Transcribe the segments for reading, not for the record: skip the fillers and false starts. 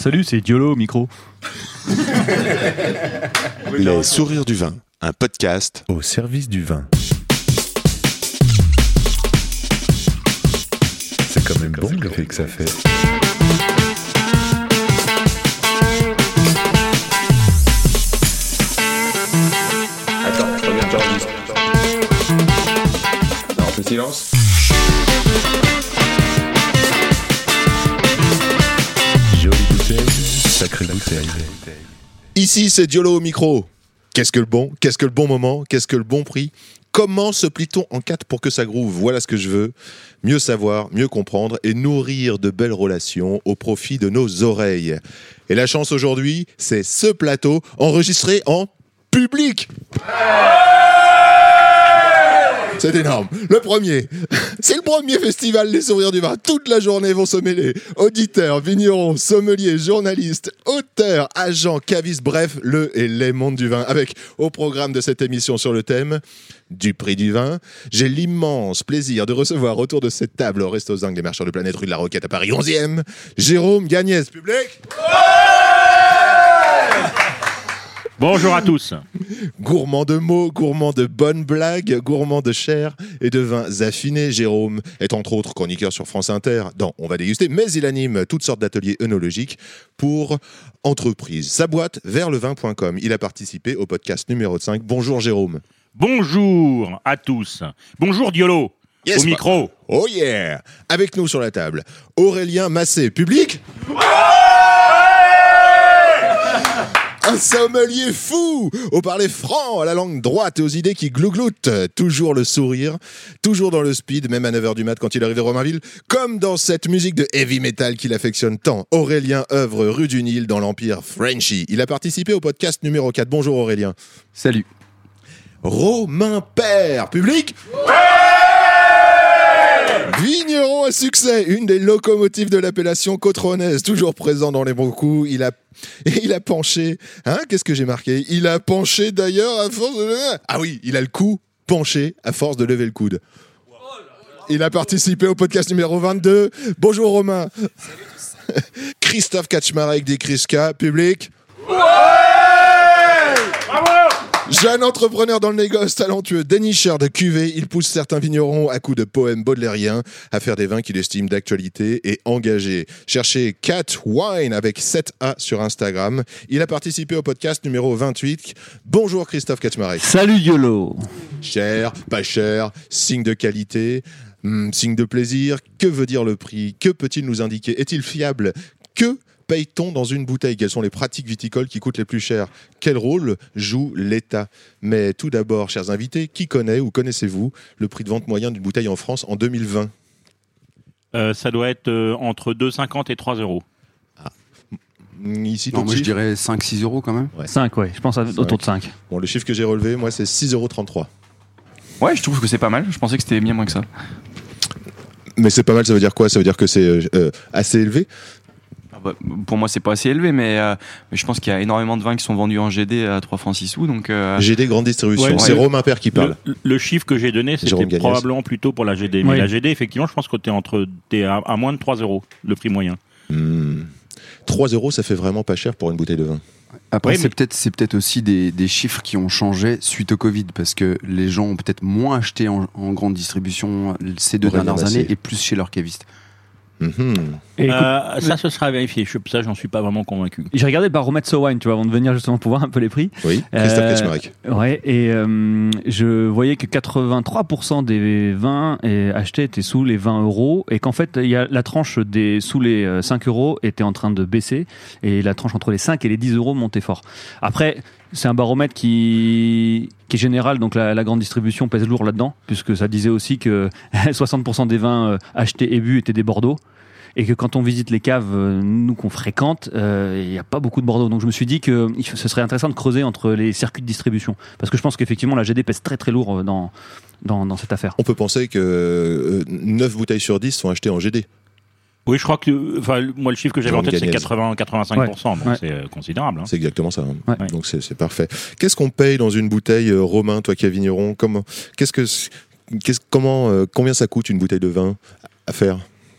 Salut, c'est Diolo au micro. Les sourires du vin, un podcast au service du vin. C'est quand même bon l'effet que ça fait. Attends, je reviens t'enregistrer. Non, on fait silence. Jolie bouteille, sacrée bouteille. Ici, c'est Diolo au micro. Qu'est-ce que le bon moment, qu'est-ce que le bon prix? Comment se plie-t-on en 4 pour que ça groove? Voilà ce que je veux. Mieux savoir, mieux comprendre et nourrir de belles relations au profit de nos oreilles. Et la chance aujourd'hui, c'est ce plateau enregistré en public. C'est énorme. Le premier, c'est le premier festival Les Sourires du Vin. Toute la journée vont se mêler auditeurs, vignerons, sommeliers, journalistes, auteurs, agents, cavistes, bref, le et les mondes du vin. Avec au programme de cette émission sur le thème du prix du vin, j'ai l'immense plaisir de recevoir autour de cette table au Resto Zinc des Marcheurs de Planète rue de la Roquette à Paris 11e, Jérôme Gagnès. Public. Bonjour à tous. Gourmand de mots, gourmand de bonnes blagues, gourmand de chair et de vins affinés, Jérôme est entre autres chroniqueur sur France Inter dans On va déguster, mais il anime toutes sortes d'ateliers œnologiques pour entreprises. Sa boîte, verslevin.com. Il a participé au podcast numéro 5. Bonjour Jérôme. Bonjour à tous. Bonjour Diolo, au micro. Oh yeah. Avec nous sur la table, Aurélien Massé. Public. Un sommelier fou, au parler franc, à la langue droite et aux idées qui glougloutent. Toujours le sourire, toujours dans le speed, même à 9h du mat quand il arrive de Romainville, comme dans cette musique de heavy metal qu'il affectionne tant. Aurélien œuvre rue du Nil dans l'Empire Frenchy. Il a participé au podcast numéro 4. Bonjour Aurélien. Salut. Romain Père. Public. Vigneron à succès, une des locomotives de l'appellation côte-rhônaise, toujours présent dans les bons coups. Il a penché. Hein, qu'est-ce que j'ai marqué? Il a penché d'ailleurs à force de... Ah oui, il a le cou penché à force de lever le coude. Il a participé au podcast numéro 22. Bonjour Romain. Christophe Kaczmarek des Kriska. Public. Jeune entrepreneur dans le négoce, talentueux, dénicheur de cuvées, il pousse certains vignerons à coups de poèmes baudelairiens à faire des vins qu'il estime d'actualité et engagés. Cherchez Cat Wine avec 7A sur Instagram. Il a participé au podcast numéro 28. Bonjour Christophe Kaczmarek. Salut Diolo. Cher, pas cher, signe de qualité, signe de plaisir. Que veut dire le prix? Que peut-il nous indiquer? Est-il fiable? Que paye-t-on dans une bouteille? Quelles sont les pratiques viticoles qui coûtent les plus cher? Quel rôle joue l'État? Mais tout d'abord, chers invités, qui connaît ou connaissez-vous le prix de vente moyen d'une bouteille en France en 2020? Ça doit être entre 2,50 et 3 euros. Ici, non, moi je dirais 5-6 euros quand même. Ouais. 5, ouais, je pense autour de 5. Bon, le chiffre que j'ai relevé, moi, c'est 6,33 €. Ouais, je trouve que c'est pas mal. Je pensais que c'était bien moins que ça. Mais c'est pas mal, ça veut dire quoi? Ça veut dire que c'est assez élevé? Pour moi, c'est pas assez élevé, mais je pense qu'il y a énormément de vins qui sont vendus en GD à 3 francs 6 sous. Donc, GD grande distribution, ouais, c'est Romain Père qui parle. Le chiffre que j'ai donné, c'était probablement plutôt pour la GD. Mais la GD, effectivement, je pense que t'es à moins de 3 euros, le prix moyen. 3 €, ça fait vraiment pas cher pour une bouteille de vin. Après, c'est peut-être aussi des chiffres qui ont changé suite au Covid, parce que les gens ont peut-être moins acheté en grande distribution ces 2 dernières années et plus chez leurs cavistes. Ça, ce sera à vérifier. Ça, j'en suis pas vraiment convaincu. J'ai regardé le baromètre So Wine, tu vois, avant de venir justement pour voir un peu les prix. Oui, Christophe Kaczmarek. Ouais, et je voyais que 83% des vins achetés étaient sous les 20 €, et qu'en fait, il y a la tranche sous les 5 € était en train de baisser, et la tranche entre les 5 et les 10 € montait fort. Après, c'est un baromètre qui est général, donc la grande distribution pèse lourd là-dedans, puisque ça disait aussi que 60% des vins achetés et bu étaient des Bordeaux, et que quand on visite les caves, nous qu'on fréquente, il n'y a pas beaucoup de Bordeaux. Donc je me suis dit que ce serait intéressant de creuser entre les circuits de distribution, parce que je pense qu'effectivement la GD pèse très très lourd dans cette affaire. On peut penser que 9 bouteilles sur 10 sont achetées en GD. Oui, je crois que, moi, le chiffre que j'avais en tête, c'est 85%. Ouais. Donc c'est considérable. Hein. C'est exactement ça. Hein. Ouais. Donc c'est parfait. Qu'est-ce qu'on paye dans une bouteille, Romain, toi qui es vigneron? Combien ça coûte une bouteille de vin à faire?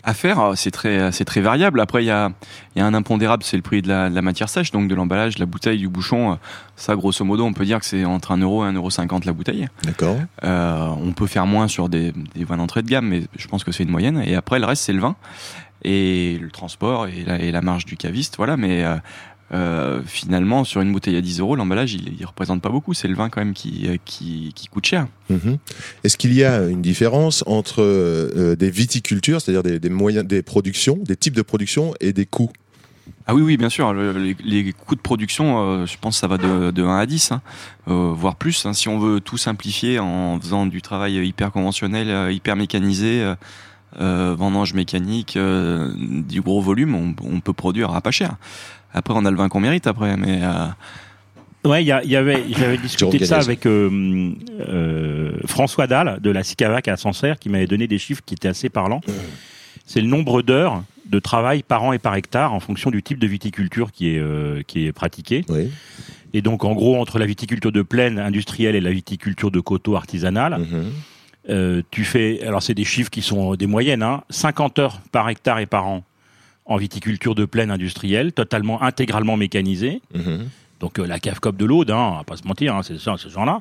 À faire, c'est très variable. Après, il y a un impondérable, c'est le prix de la matière sèche, donc de l'emballage, de la bouteille, du bouchon. Ça, grosso modo, on peut dire que c'est entre 1 euro et 1,50 € la bouteille. D'accord. On peut faire moins sur des vins d'entrée de gamme, mais je pense que c'est une moyenne. Et après, le reste, c'est le vin et le transport et la marge du caviste, voilà. Mais finalement, sur une bouteille à 10 €, l'emballage, il représente pas beaucoup. C'est le vin quand même qui coûte cher. Mmh. Est-ce qu'il y a une différence entre des viticultures, c'est-à-dire des moyens, des productions, des types de production et des coûts? Ah oui, bien sûr. Les coûts de production, je pense que ça va de 1 à 10, voire plus. Si on veut tout simplifier en faisant du travail hyper conventionnel, hyper mécanisé, vendange mécanique, du gros volume, on peut produire à pas cher. Après, on a le vin qu'on mérite après, mais... Ouais, j'avais discuté de ça avec François Dalle de la Sicavac à Sancerre, qui m'avait donné des chiffres qui étaient assez parlants. C'est le nombre d'heures de travail par an et par hectare en fonction du type de viticulture qui est pratiqué. Oui. Et donc, en gros, entre la viticulture de plaine industrielle et la viticulture de coteaux artisanale, tu fais, alors c'est des chiffres qui sont des moyennes, 50 heures par hectare et par an en viticulture de plaine industrielle, intégralement mécanisée. Donc la cave Coop de l'Aude, on va pas se mentir, c'est ça, ce genre-là.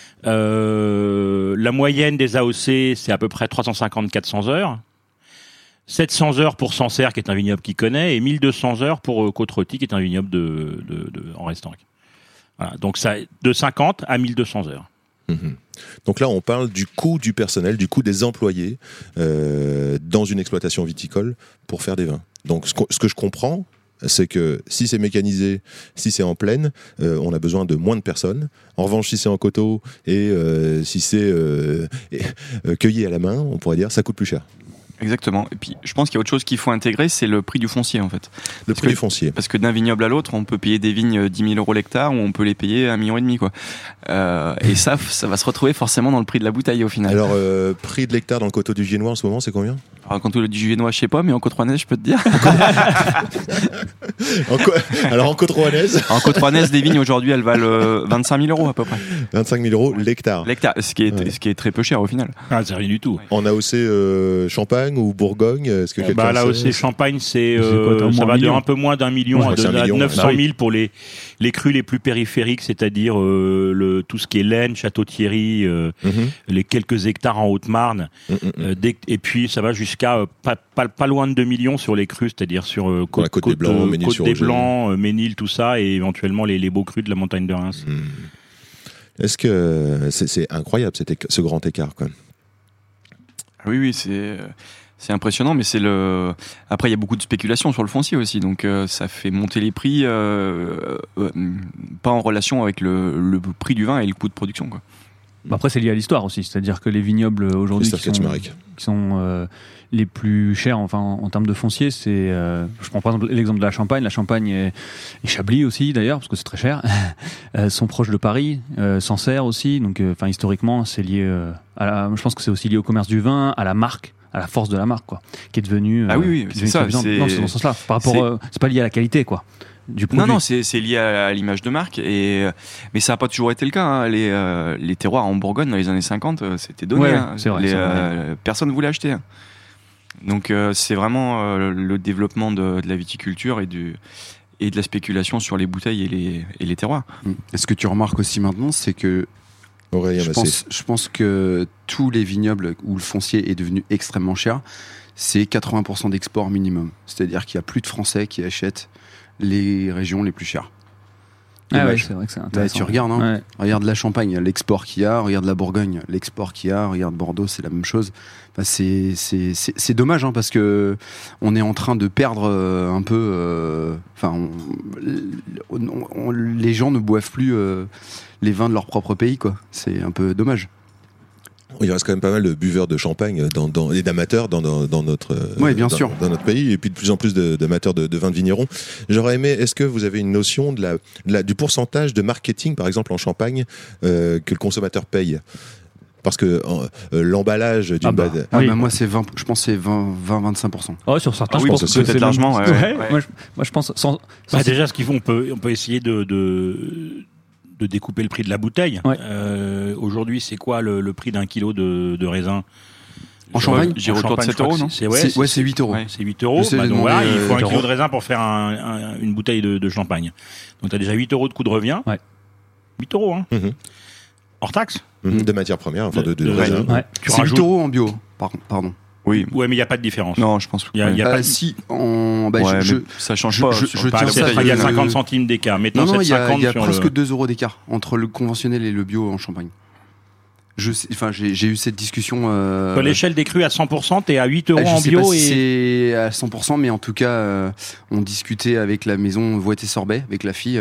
La moyenne des AOC, c'est à peu près 350-400 heures. 700 heures pour Sancerre, qui est un vignoble qu'il connaît, et 1200 heures pour Côte-Rôtie, qui est un vignoble en Restanque. Voilà, donc ça, de 50 à 1200 heures. Donc là, on parle du coût du personnel, du coût des employés dans une exploitation viticole pour faire des vins. Donc ce que je comprends, c'est que si c'est mécanisé, si c'est en plaine, on a besoin de moins de personnes. En revanche, si c'est en coteau et si c'est cueilli à la main, on pourrait dire, ça coûte plus cher. Exactement. Et puis, je pense qu'il y a autre chose qu'il faut intégrer, c'est le prix du foncier, en fait. Le prix du foncier. Parce que d'un vignoble à l'autre, on peut payer des vignes 10 000 € l'hectare, ou on peut les payer 1,5 million, quoi. Et ça va se retrouver forcément dans le prix de la bouteille, au final. Alors, prix de l'hectare dans le coteau du Giennois en ce moment, c'est combien? Alors, quand on dit Giennois, je sais pas, mais en Côte-Rouennaise, je peux te dire. Alors, en Côte-Rouennaise? En Côte-Rouennaise, des vignes, aujourd'hui, elles valent 25 000 € à peu près. 25 000 € l'hectare. L'hectare, ce qui est très peu cher, au final. Ah, c'est rien du tout. En AOC Champagne ou Bourgogne, est-ce que quelqu'un là aussi, Champagne, ça va de un peu moins d'1 million à 900 000 pour les crus les plus périphériques, c'est-à-dire tout ce qui est l'Aisne, Château-Thierry, les quelques hectares en Haute-Marne. Et puis, ça va jusqu'à pas loin de 2 millions sur les crus, c'est-à-dire sur Côte des Blancs, Ménil, tout ça, et éventuellement les beaux crus de la montagne de Reims. Est-ce que c'est incroyable ce grand écart, quoi? Oui, c'est impressionnant, mais après il y a beaucoup de spéculation sur le foncier aussi, donc ça fait monter les prix, pas en relation avec le prix du vin et le coût de production, quoi. Après, c'est lié à l'histoire aussi, c'est-à-dire que les vignobles aujourd'hui qui sont les plus chers, enfin en termes de foncier, c'est je prends par exemple l'exemple de la Champagne et Chablis aussi d'ailleurs, parce que c'est très cher, sont proches de Paris, Sancerre aussi, donc historiquement c'est lié je pense que c'est aussi lié au commerce du vin, à la marque, à la force de la marque, quoi, qui est devenue c'est ça, non, c'est dans ce sens-là, par rapport c'est pas lié à la qualité, quoi, du produit. Non, c'est lié à l'image de marque, mais ça n'a pas toujours été le cas, les terroirs en Bourgogne dans les années 50, c'était donné, c'est vrai, personne ne voulait acheter. Donc c'est vraiment le développement de la viticulture et de la spéculation sur les bouteilles et les terroirs. Et ce que tu remarques aussi maintenant, c'est que je pense que tous les vignobles où le foncier est devenu extrêmement cher, c'est 80% d'export minimum. C'est-à-dire qu'il n'y a plus de Français qui achètent les régions les plus chères. Ah ouais, c'est vrai que c'est intéressant. Tu regardes, regarde la Champagne, l'export qu'il y a, regarde la Bourgogne, l'export qu'il y a, regarde Bordeaux, c'est la même chose. Enfin, c'est dommage, parce que on est en train de perdre un peu. Les gens ne boivent plus les vins de leur propre pays, quoi. C'est un peu dommage. Il reste quand même pas mal de buveurs de champagne et d'amateurs dans notre dans notre pays, et puis de plus en plus d'amateurs de vins de vignerons. J'aurais aimé, est-ce que vous avez une notion du pourcentage de marketing, par exemple en Champagne, que le consommateur paye? Parce que l'emballage d'une moi c'est 20, je pense que c'est 20-25%. Oh, sur certains, je pense que c'est largement. Moi je pense déjà, ce qu'ils font, on peut essayer de découper le prix de la bouteille. Aujourd'hui, c'est quoi le prix d'un kilo de raisin En Champagne, j'ai autour de 7 euros, non? C'est 8 euros. Ouais, c'est 8 euros. Bah, donc voilà, il faut 1 kilo de raisin pour faire une bouteille de champagne. Donc tu as déjà 8 euros de coût de revient. Ouais. 8 euros, hein. Hors taxe. De matières premières, enfin de raisin. Ouais. C'est 8 euros en bio, pardon. Oui. Ouais, mais il n'y a pas de différence. Non, je pense. Il y a pas de... Si, ça change pas. Il y a 50 centimes d'écart. Mettons non, il y a sur presque 2 euros d'écart entre le conventionnel et le bio en Champagne. J'ai eu cette discussion. Sur l'échelle des crus à 100%, t'es à 8 euros en bio. Je sais pas si c'est à 100%, mais en tout cas, on discutait avec la maison Voët et Sorbet, avec la fille,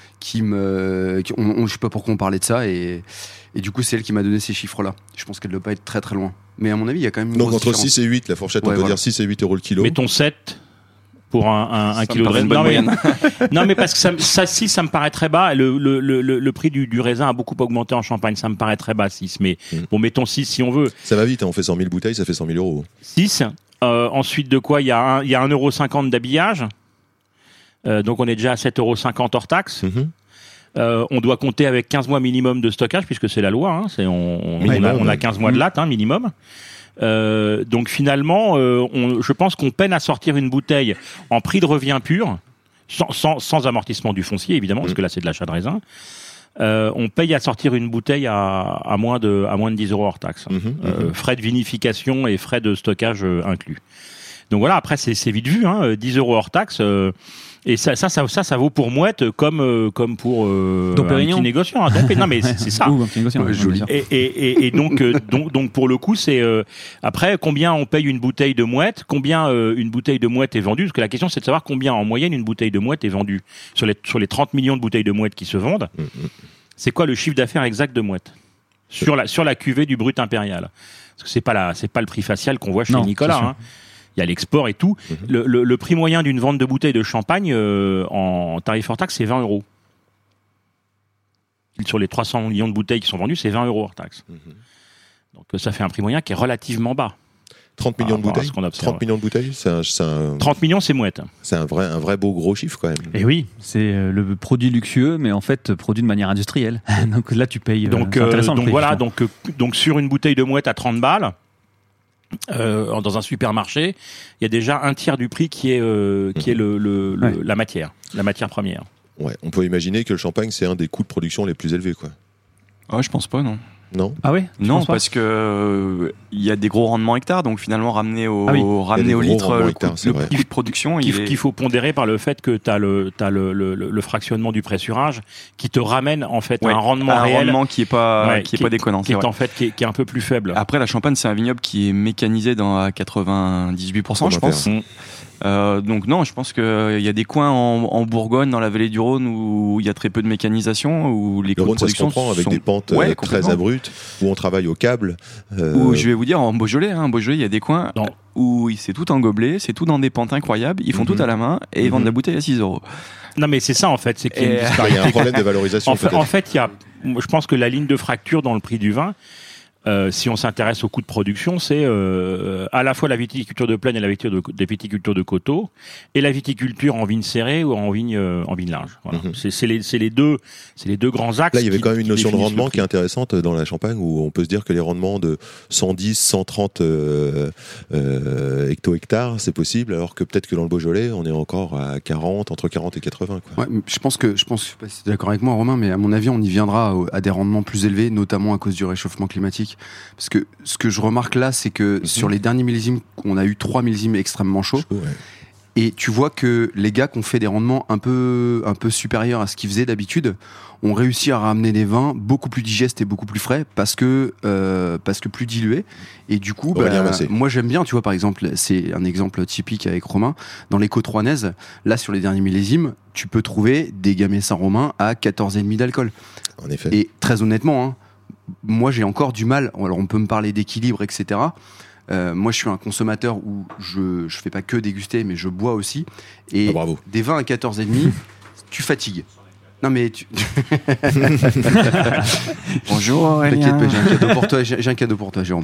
je sais pas pourquoi on parlait de ça, et du coup, c'est elle qui m'a donné ces chiffres-là. Je pense qu'elle doit pas être très très loin. Mais à mon avis, il y a quand même une Donc grosse entre différence. 6 et 8, la fourchette, on peut dire 6 et 8 euros le kilo. Mettons 7 pour un kilo de raisin. Non, mais parce que ça me paraît très bas. Le prix du raisin a beaucoup augmenté en Champagne. Ça me paraît très bas, 6. Mais bon, mettons 6 si on veut. Ça va vite, on fait 100 000 bouteilles, ça fait 100 000 euros. 6. Ensuite de quoi, il y a 1,50 € d'habillage. Donc on est déjà à 7,50 € hors taxe. On doit compter avec 15 mois minimum de stockage, puisque c'est la loi. Hein. On a 15 mois de latte, minimum. Donc finalement, je pense qu'on peine à sortir une bouteille en prix de revient pur, sans amortissement du foncier, évidemment, parce que là c'est de l'achat de raisin. On paye à sortir une bouteille à moins de 10 € hors taxe. Frais de vinification et frais de stockage inclus. Donc voilà, après c'est vite vu, 10 € hors taxe. Et ça vaut pour Mouette comme pour un petit négociant. Non mais c'est ça. Ou un petit négociant. Joli. Et donc pour le coup, c'est après combien on paye une bouteille de Mouette, combien une bouteille de Mouette est vendue, parce que la question c'est de savoir combien en moyenne une bouteille de Mouette est vendue sur les 30 millions de bouteilles de Mouette qui se vendent. C'est quoi le chiffre d'affaires exact de Mouette sur la cuvée du brut impérial? Parce que c'est pas le prix facial qu'on voit chez Nicolas. Il y a l'export et tout. Le prix moyen d'une vente de bouteilles de champagne en tarif hors taxe, c'est 20 €. Sur les 300 millions de bouteilles qui sont vendues, c'est 20 € hors taxe. Donc ça fait un prix moyen qui est relativement bas. 30 millions de bouteilles. 30 millions de bouteilles, 30 millions, c'est Mouette. C'est un vrai beau gros chiffre quand même. Et oui, c'est le produit luxueux, mais en fait produit de manière industrielle. Donc là, tu payes. Donc sur une bouteille de Mouette à 30 balles, dans un supermarché, il y a déjà un tiers du prix qui est la matière première. Ouais, on peut imaginer que le champagne c'est un des coûts de production les plus élevés, quoi. Ah, je pense pas, non. Non. Ah ouais. Non, parce que il y a des gros rendements hectares, donc finalement ramener au litre le prix de production, qu'il faut pondérer par le fait que t'as le fractionnement du pressurage qui te ramène en fait à un rendement réel, rendement qui est pas déconnant, qui est un peu plus faible. Après, la Champagne, c'est un vignoble qui est mécanisé à 98%, je pense. Donc non, je pense qu'il y a des coins en Bourgogne, dans la vallée du Rhône, où il y a très peu de mécanisation, où les coûts de production sont avec des pentes très abruptes, où on travaille au câble. Où je vais vous dire, en Beaujolais, il y a des coins où c'est tout en gobelet, c'est tout dans des pentes incroyables, ils font tout à la main et ils vendent la bouteille à 6 €. Non mais c'est ça en fait, c'est qu'il y a un problème de valorisation. En fait, je pense que la ligne de fracture dans le prix du vin, si on s'intéresse au coût de production, c'est à la fois la viticulture de plaine et la viticulture de coteaux, et la viticulture en vigne serrée ou en vigne large. Voilà. C'est les deux grands axes. Là, il y avait quand même une notion de rendement qui est intéressante dans la Champagne, où on peut se dire que les rendements de 110, 130 hecto-hectares, c'est possible, alors que peut-être que dans le Beaujolais, on est encore à 40, entre 40 et 80. Quoi. Ouais, je sais pas si tu es d'accord avec moi, Romain, mais à mon avis, on y viendra à des rendements plus élevés, notamment à cause du réchauffement climatique. Parce que ce que je remarque là, c'est que sur les derniers millésimes, on a eu 3 millésimes extrêmement chauds. Et tu vois que les gars qui ont fait des rendements un peu supérieurs à ce qu'ils faisaient d'habitude ont réussi à ramener des vins beaucoup plus digestes et beaucoup plus frais parce que plus dilués. Et du coup, moi j'aime bien, tu vois, par exemple, c'est un exemple typique avec Romain, dans les côtes rouennaises, là sur les derniers millésimes, tu peux trouver des Gamay Saint-Romain à 14,5 d'alcool. En effet. Et très honnêtement, moi j'ai encore du mal, alors on peut me parler d'équilibre, etc. Moi je suis un consommateur où je fais pas que déguster, mais je bois aussi. Et des vins à 14,5, tu fatigues. Non mais Bonjour Aurélien. T'inquiète pas, j'ai un cadeau pour toi, Jérôme.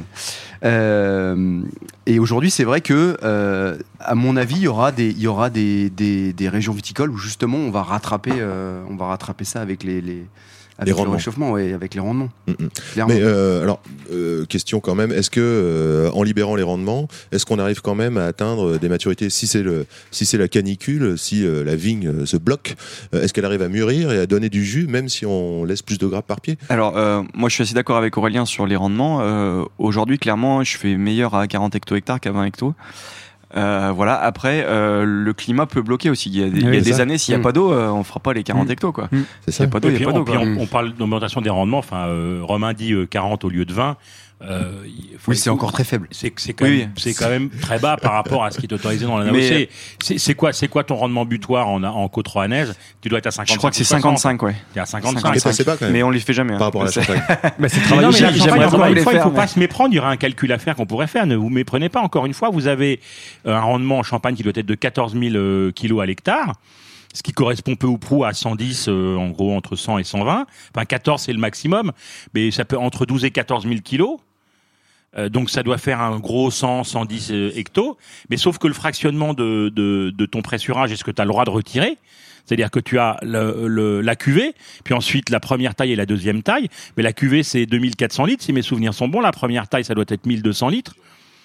Et aujourd'hui, c'est vrai que, à mon avis, il y aura des régions viticoles où justement on va rattraper ça avec Avec le réchauffement, oui, avec les rendements. Mais alors, question quand même, est-ce que en libérant les rendements, est-ce qu'on arrive quand même à atteindre des maturités, si c'est la canicule, si la vigne se bloque, est-ce qu'elle arrive à mûrir et à donner du jus, même si on laisse plus de grappes par pied? Alors, moi je suis assez d'accord avec Aurélien sur les rendements. Aujourd'hui, clairement, je fais meilleur à 40 hecto-hectares qu'à 20 hectos. Voilà. Après, le climat peut bloquer aussi. Il y a des années, s'il n'y a pas d'eau, on fera pas les 40 hectos, quoi. C'est ça. Il n'y a pas d'eau, il n'y a pas d'eau. On parle d'augmentation des rendements. Enfin, Romain dit 40 au lieu de 20. Oui, c'est encore très faible. C'est quand même très bas par rapport à ce qui est autorisé dans la NAOC. C'est quoi ton rendement butoir en côte roannaise? Tu dois être à 55. Je crois que c'est 55, ouais. T'es à 55. C'est pas quand même. Mais on les fait jamais. Par rapport à la Champagne. C'est travaillé. Encore une fois, il ne faut pas se méprendre. Il y aura un calcul à faire qu'on pourrait faire. Ne vous méprenez pas. Encore une fois, vous avez un rendement en Champagne qui doit être de 14 000 kilos à l'hectare. Ce qui correspond peu ou prou à 110, en gros, entre 100 et 120. Enfin, 14, c'est le maximum. Mais ça peut entre 12 et 14 000 kilos. Donc ça doit faire un gros 110 hectos, mais sauf que le fractionnement de ton pressurage est ce que tu as le droit de retirer, c'est-à-dire que tu as la cuvée, puis ensuite la première taille et la deuxième taille, mais la cuvée c'est 2400 litres, si mes souvenirs sont bons, la première taille ça doit être 1200 litres,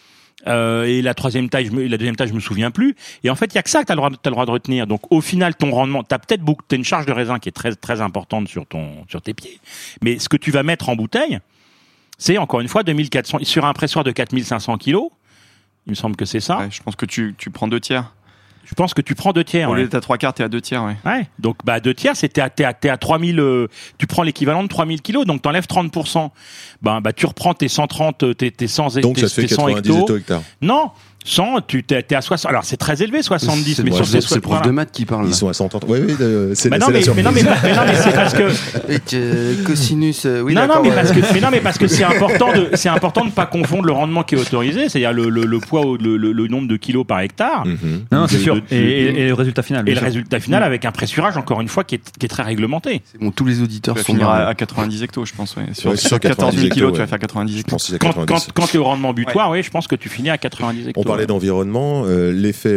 et la deuxième taille je me souviens plus, et en fait il y a que ça que t'as le droit de retenir, donc au final ton rendement, t'as une charge de raisin qui est très, très importante sur tes pieds, mais ce que tu vas mettre en bouteille, c'est encore une fois 2400 sur un pressoir de 4500 kilos. Il me semble que c'est ça. Ouais, je pense que tu prends 2 tiers. Je pense que tu prends 2 tiers. Au lieu d'être à 3/4, t'es à 2 tiers, ouais. Ouais. Donc, 2 tiers, t'es à 3000, tu prends l'équivalent de 3000 kilos, donc t'enlèves 30%. Tu reprends tes 130, tes 100, donc ça fait 90 hecto-hectares. Non. 100, t'es à 60. Alors c'est très élevé, 70, mais c'est le prof de maths qui parle. Ils sont à 130. Oui, c'est la surprise. Mais non, mais c'est parce que cosinus. Oui, non, mais parce que c'est important de pas confondre le rendement qui est autorisé, c'est-à-dire le poids ou le nombre de kilos par hectare. Non, c'est sûr. Et le résultat final. Et le résultat final avec un pressurage encore une fois qui est très réglementé. Bon, tous les auditeurs sont à 90 hectos, je pense. Ouais. Sur 14 000 kilos, tu vas faire 90 hectos. Quand tu es au rendement butoir, oui, je pense que tu finis à 90 hectos. On parlait d'environnement, l'effet,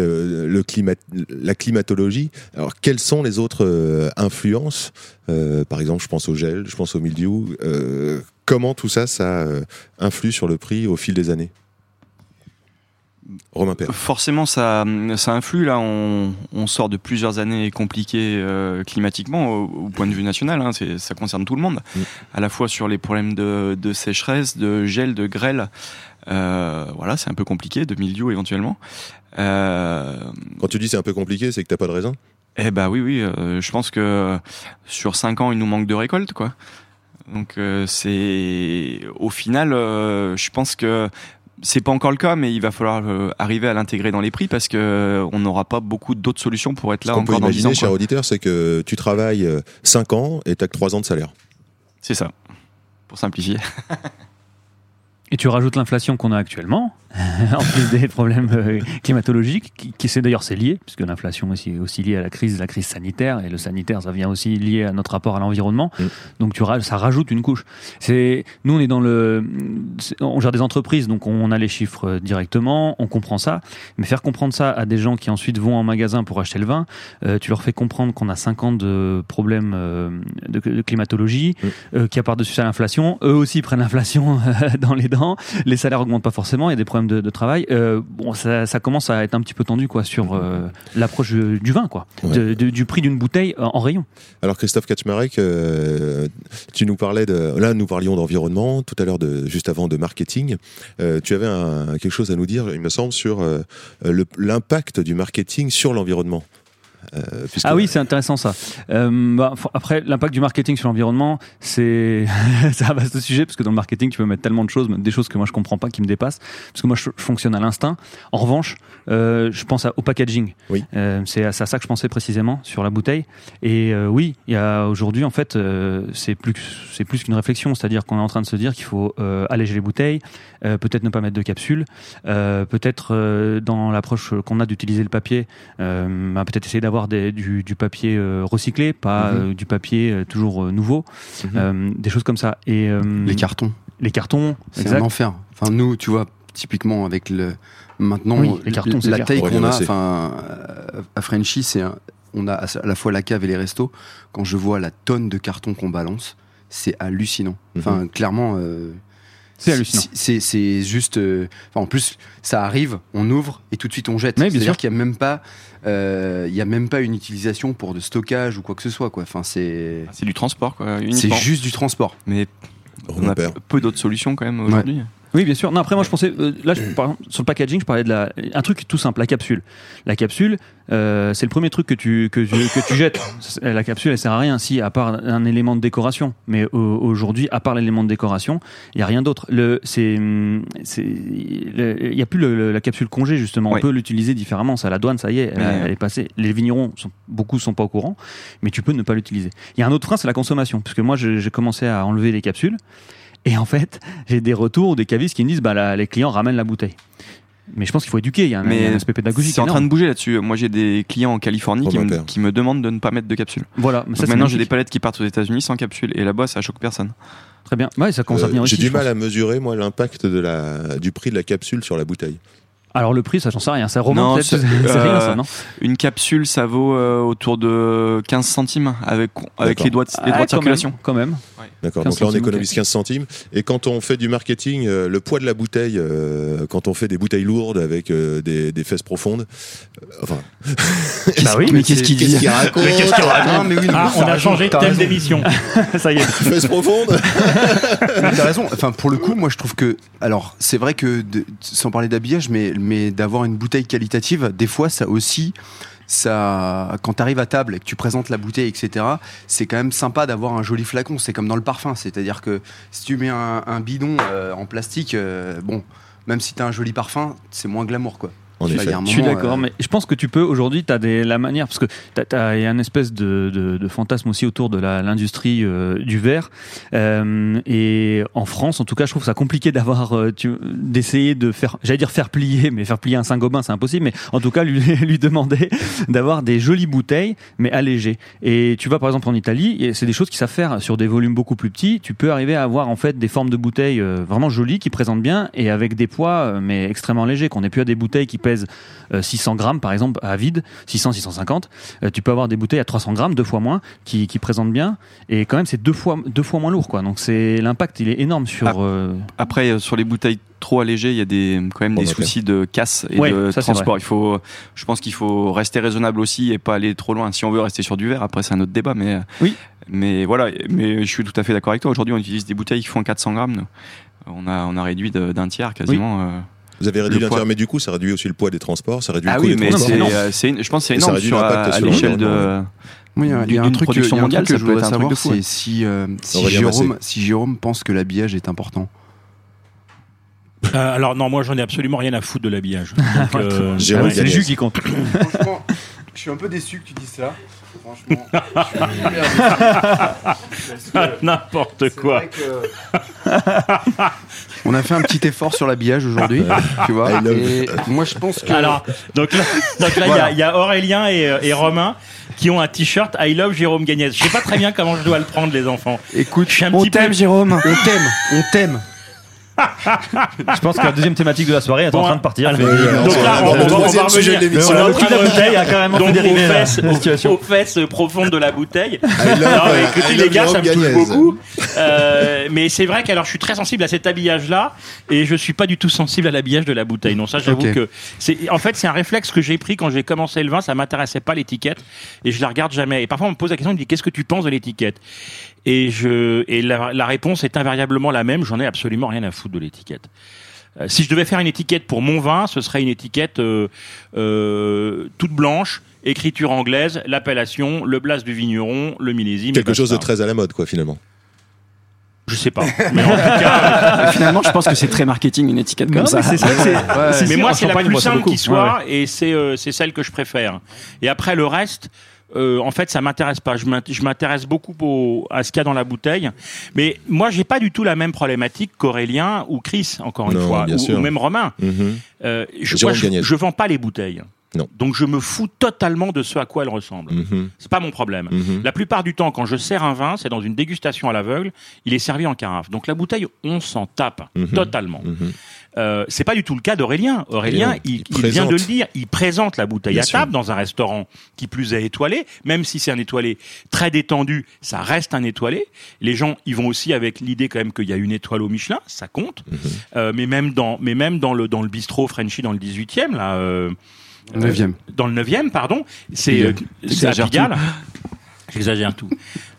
la climatologie. Alors, quelles sont les autres influences? Par exemple, je pense au gel, je pense au mildiou. Comment tout ça influe sur le prix au fil des années? Romain Père. Forcément, ça influe. Là, on sort de plusieurs années compliquées climatiquement au point de vue national. Ça concerne tout le monde. À la fois sur les problèmes de sécheresse, de gel, de grêle. Voilà, c'est un peu compliqué, de mildiou éventuellement. Quand tu dis c'est un peu compliqué, c'est que t'as pas de raisin? Eh ben oui. Je pense que sur 5 ans, il nous manque de récolte, quoi. Donc c'est au final, je pense que c'est pas encore le cas, mais il va falloir arriver à l'intégrer dans les prix parce que on n'aura pas beaucoup d'autres solutions pour être là encore dans 10 ans. Ce qu'on peut imaginer, cher auditeur, c'est que tu travailles 5 ans et t'as que 3 ans de salaire. C'est ça, pour simplifier. Et tu rajoutes l'inflation qu'on a actuellement, en plus des problèmes climatologiques, qui c'est lié, puisque l'inflation est aussi liée à la crise sanitaire, et le sanitaire, ça vient aussi lié à notre rapport à l'environnement. Donc ça rajoute une couche. Nous, on est on gère des entreprises, donc on a les chiffres directement, on comprend ça, mais faire comprendre ça à des gens qui ensuite vont en magasin pour acheter le vin, tu leur fais comprendre qu'on a 5 ans de problèmes de climatologie, qu'il y a par-dessus ça l'inflation, eux aussi prennent l'inflation dans les dents, les salaires augmentent pas forcément, il y a des problèmes de travail. Ça commence à être un petit peu tendu sur l'approche du vin, du prix d'une bouteille en rayon. Alors Christophe Kaczmarek, tu nous parlais nous parlions d'environnement, tout à l'heure juste avant de marketing. Tu avais quelque chose à nous dire, il me semble, sur l'impact du marketing sur l'environnement. Oui, c'est intéressant ça. Après, l'impact du marketing sur l'environnement, c'est un vaste sujet, parce que dans le marketing, tu peux mettre tellement de choses, des choses que moi je comprends pas, qui me dépassent, parce que moi je fonctionne à l'instinct. En revanche, je pense au packaging. Oui. C'est à ça que je pensais précisément sur la bouteille. Et oui, il y a aujourd'hui, en fait, c'est plus qu'une réflexion, c'est-à-dire qu'on est en train de se dire qu'il faut alléger les bouteilles, peut-être ne pas mettre de capsules, peut-être dans l'approche qu'on a d'utiliser le papier, peut-être essayer d'avoir du papier recyclé, pas du papier toujours nouveau, des choses comme ça. Et les cartons, c'est un enfer. Enfin, nous, tu vois, typiquement avec maintenant les cartons, la taille qu'on a, à Frenchy, on a à la fois la cave et les restos. Quand je vois la tonne de cartons qu'on balance, c'est hallucinant. Enfin, clairement. C'est hallucinant. C'est juste. En plus, ça arrive, on ouvre et tout de suite on jette. Oui, C'est-à-dire qu'il n'y a même pas une utilisation pour de stockage ou quoi que ce soit, quoi. Enfin, c'est du transport, quoi. Uniquement. C'est juste du transport. Mais on a peu d'autres solutions quand même aujourd'hui. Ouais. Oui, bien sûr. Non, après, moi, je pensais, par exemple, sur le packaging, je parlais de un truc tout simple, la capsule. La capsule, c'est le premier truc que tu jettes. La capsule, elle sert à rien, à part un élément de décoration. Mais aujourd'hui, à part l'élément de décoration, il y a rien d'autre. Il y a plus la capsule congé, justement. On peut l'utiliser différemment. Ça, à la douane, ça y est, elle est passée. Les vignerons, beaucoup sont pas au courant, mais tu peux ne pas l'utiliser. Il y a un autre frein, c'est la consommation, puisque moi, j'ai commencé à enlever les capsules. Et en fait, j'ai des retours ou des cavistes qui me disent les clients ramènent la bouteille. Mais je pense qu'il faut éduquer, il y a un aspect pédagogique. C'est en train de bouger là-dessus. Moi, j'ai des clients en Californie qui me demandent de ne pas mettre de capsule. Voilà. Donc maintenant, j'ai des palettes qui partent aux États-Unis sans capsule. Et là-bas, ça choque personne. Très bien. Ouais, ça commence à venir aussi. J'ai du mal à mesurer, moi, l'impact du prix de la capsule sur la bouteille. Alors le prix, ça j'en sais rien, ça remonte peut-être, c'est rien ça, non ? Une capsule, ça vaut autour de 15 centimes avec les droits de circulation. Quand même. Ouais. D'accord, donc là on économise 15 centimes. Et quand on fait du marketing, le poids de la bouteille, quand on fait des bouteilles lourdes avec des fesses profondes, bah oui, mais qu'est-ce qu'il dit ? raconte ? Mais qu'est-ce qu'il raconte ? On a changé de thème d'émission. Ça y est. Fesses profondes. T'as raison. Enfin, pour le coup, moi je trouve que, alors c'est vrai que sans parler d'habillage, mais d'avoir une bouteille qualitative, des fois ça aussi, quand t'arrives à table et que tu présentes la bouteille, etc., c'est quand même sympa d'avoir un joli flacon. C'est comme dans le parfum, c'est-à-dire que si tu mets un bidon en plastique, même si t'as un joli parfum, c'est moins glamour, quoi. Je suis d'accord, mais je pense que tu peux aujourd'hui, la manière, parce que il y a une espèce de fantasme aussi autour de l'industrie du verre, et en France, en tout cas, je trouve ça compliqué d'essayer de faire plier, mais faire plier un Saint-Gobain, c'est impossible, mais en tout cas lui demander d'avoir des jolies bouteilles, mais allégées. Et tu vas par exemple en Italie, c'est des choses qui savent faire sur des volumes beaucoup plus petits. Tu peux arriver à avoir en fait des formes de bouteilles vraiment jolies qui présentent bien et avec des poids mais extrêmement légers, qu'on n'ait plus à des bouteilles qui pèsent 600 grammes par exemple à vide, 650, tu peux avoir des bouteilles à 300 grammes, 2 fois moins, qui présentent bien, et quand même c'est deux fois moins lourd, quoi. Donc l'impact il est énorme sur après sur les bouteilles trop allégées, il y a quand même des soucis de casse et de transport. Je pense qu'il faut rester raisonnable aussi et pas aller trop loin. Si on veut rester sur du verre, après c'est un autre débat, mais voilà, mais je suis tout à fait d'accord avec toi. Aujourd'hui on utilise des bouteilles qui font 400 grammes, nous. On a réduit d'un tiers quasiment. Vous avez réduit l'intérieur, mais du coup, ça réduit aussi le poids des transports, ça réduit le coût des mais transports. je pense que c'est énorme à l'échelle de. Il y a un truc que je voudrais savoir, c'est si Jérôme pense que l'habillage est important. Alors non, moi j'en ai absolument rien à foutre de l'habillage. C'est le jus qui compte. Franchement, je suis un peu déçu que tu dises ça. Franchement, n'importe quoi. On a fait un petit effort sur l'habillage aujourd'hui, tu vois. Et moi, je pense que. Alors, donc là, il y a Aurélien et Romain qui ont un t-shirt I Love Jérôme Gagnès. Je sais pas très bien comment je dois le prendre, les enfants. Écoute, on t'aime, Jérôme. On t'aime. Je pense que la deuxième thématique de la soirée est en train de partir. Donc là, on va revenir. Le prix de la bouteille a carrément fait dériver la situation. Aux fesses profondes de la bouteille. Alors, écoutez les gars, ça me touche beaucoup. Mais c'est vrai que je suis très sensible à cet habillage-là et je suis pas du tout sensible à l'habillage de la bouteille. Non, ça, j'avoue que c'est un réflexe que j'ai pris quand j'ai commencé le vin. Ça m'intéressait pas l'étiquette et je la regarde jamais. Et parfois, on me pose la question, on me dit qu'est-ce que tu penses de l'étiquette? Et la réponse est invariablement la même. J'en ai absolument rien à foutre de l'étiquette. Si je devais faire une étiquette pour mon vin, ce serait une étiquette toute blanche, écriture anglaise, l'appellation, le blast du vigneron, le millésime. Quelque chose de très à la mode, quoi, finalement. Je sais pas. Mais en tout cas, finalement, je pense que c'est très marketing une étiquette comme ça. C'est ça. Mais moi, c'est la plus simple qui soit, et c'est celle que je préfère. Et après, le reste. En fait, ça m'intéresse pas. Je m'intéresse beaucoup à ce qu'il y a dans la bouteille. Mais moi, j'ai pas du tout la même problématique qu'Aurélien ou Chris, encore une fois, ou même Romain. Mm-hmm. Je vends pas les bouteilles. Non. Donc je me fous totalement de ce à quoi elle ressemble. C'est pas mon problème. La plupart du temps, quand je sers un vin, c'est dans une dégustation à l'aveugle, il est servi en carafe. Donc la bouteille, on s'en tape totalement. C'est pas du tout le cas d'Aurélien. Aurélien, il vient de le dire, il présente la bouteille à table dans un restaurant qui plus est étoilé, même si c'est un étoilé très détendu, ça reste un étoilé. Les gens, ils vont aussi avec l'idée quand même qu'il y a une étoile au Michelin, ça compte. Mais même dans le bistrot Frenchy dans le 18e, là, 9e. Dans le 9e, pardon, c'est à Pigalle. J'exagère tout.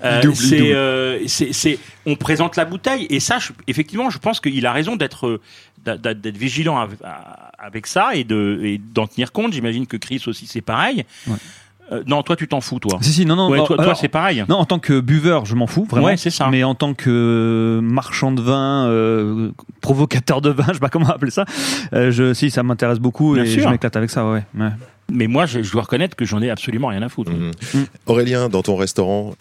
On présente la bouteille et ça, effectivement, je pense qu'il a raison d'être vigilant avec ça et d'en tenir compte. J'imagine que Chris aussi, c'est pareil. Ouais. Non, toi, tu t'en fous, toi. Si, non. Ouais, toi, c'est pareil. Non, en tant que buveur, je m'en fous, vraiment. Ouais, c'est ça. Mais en tant que marchand de vin, provocateur de vin, je sais pas comment appeler ça, si, ça m'intéresse beaucoup. Bien et sûr. Je m'éclate avec ça, ouais. Mais moi, je dois reconnaître que j'en ai absolument rien à foutre. Aurélien, dans ton restaurant,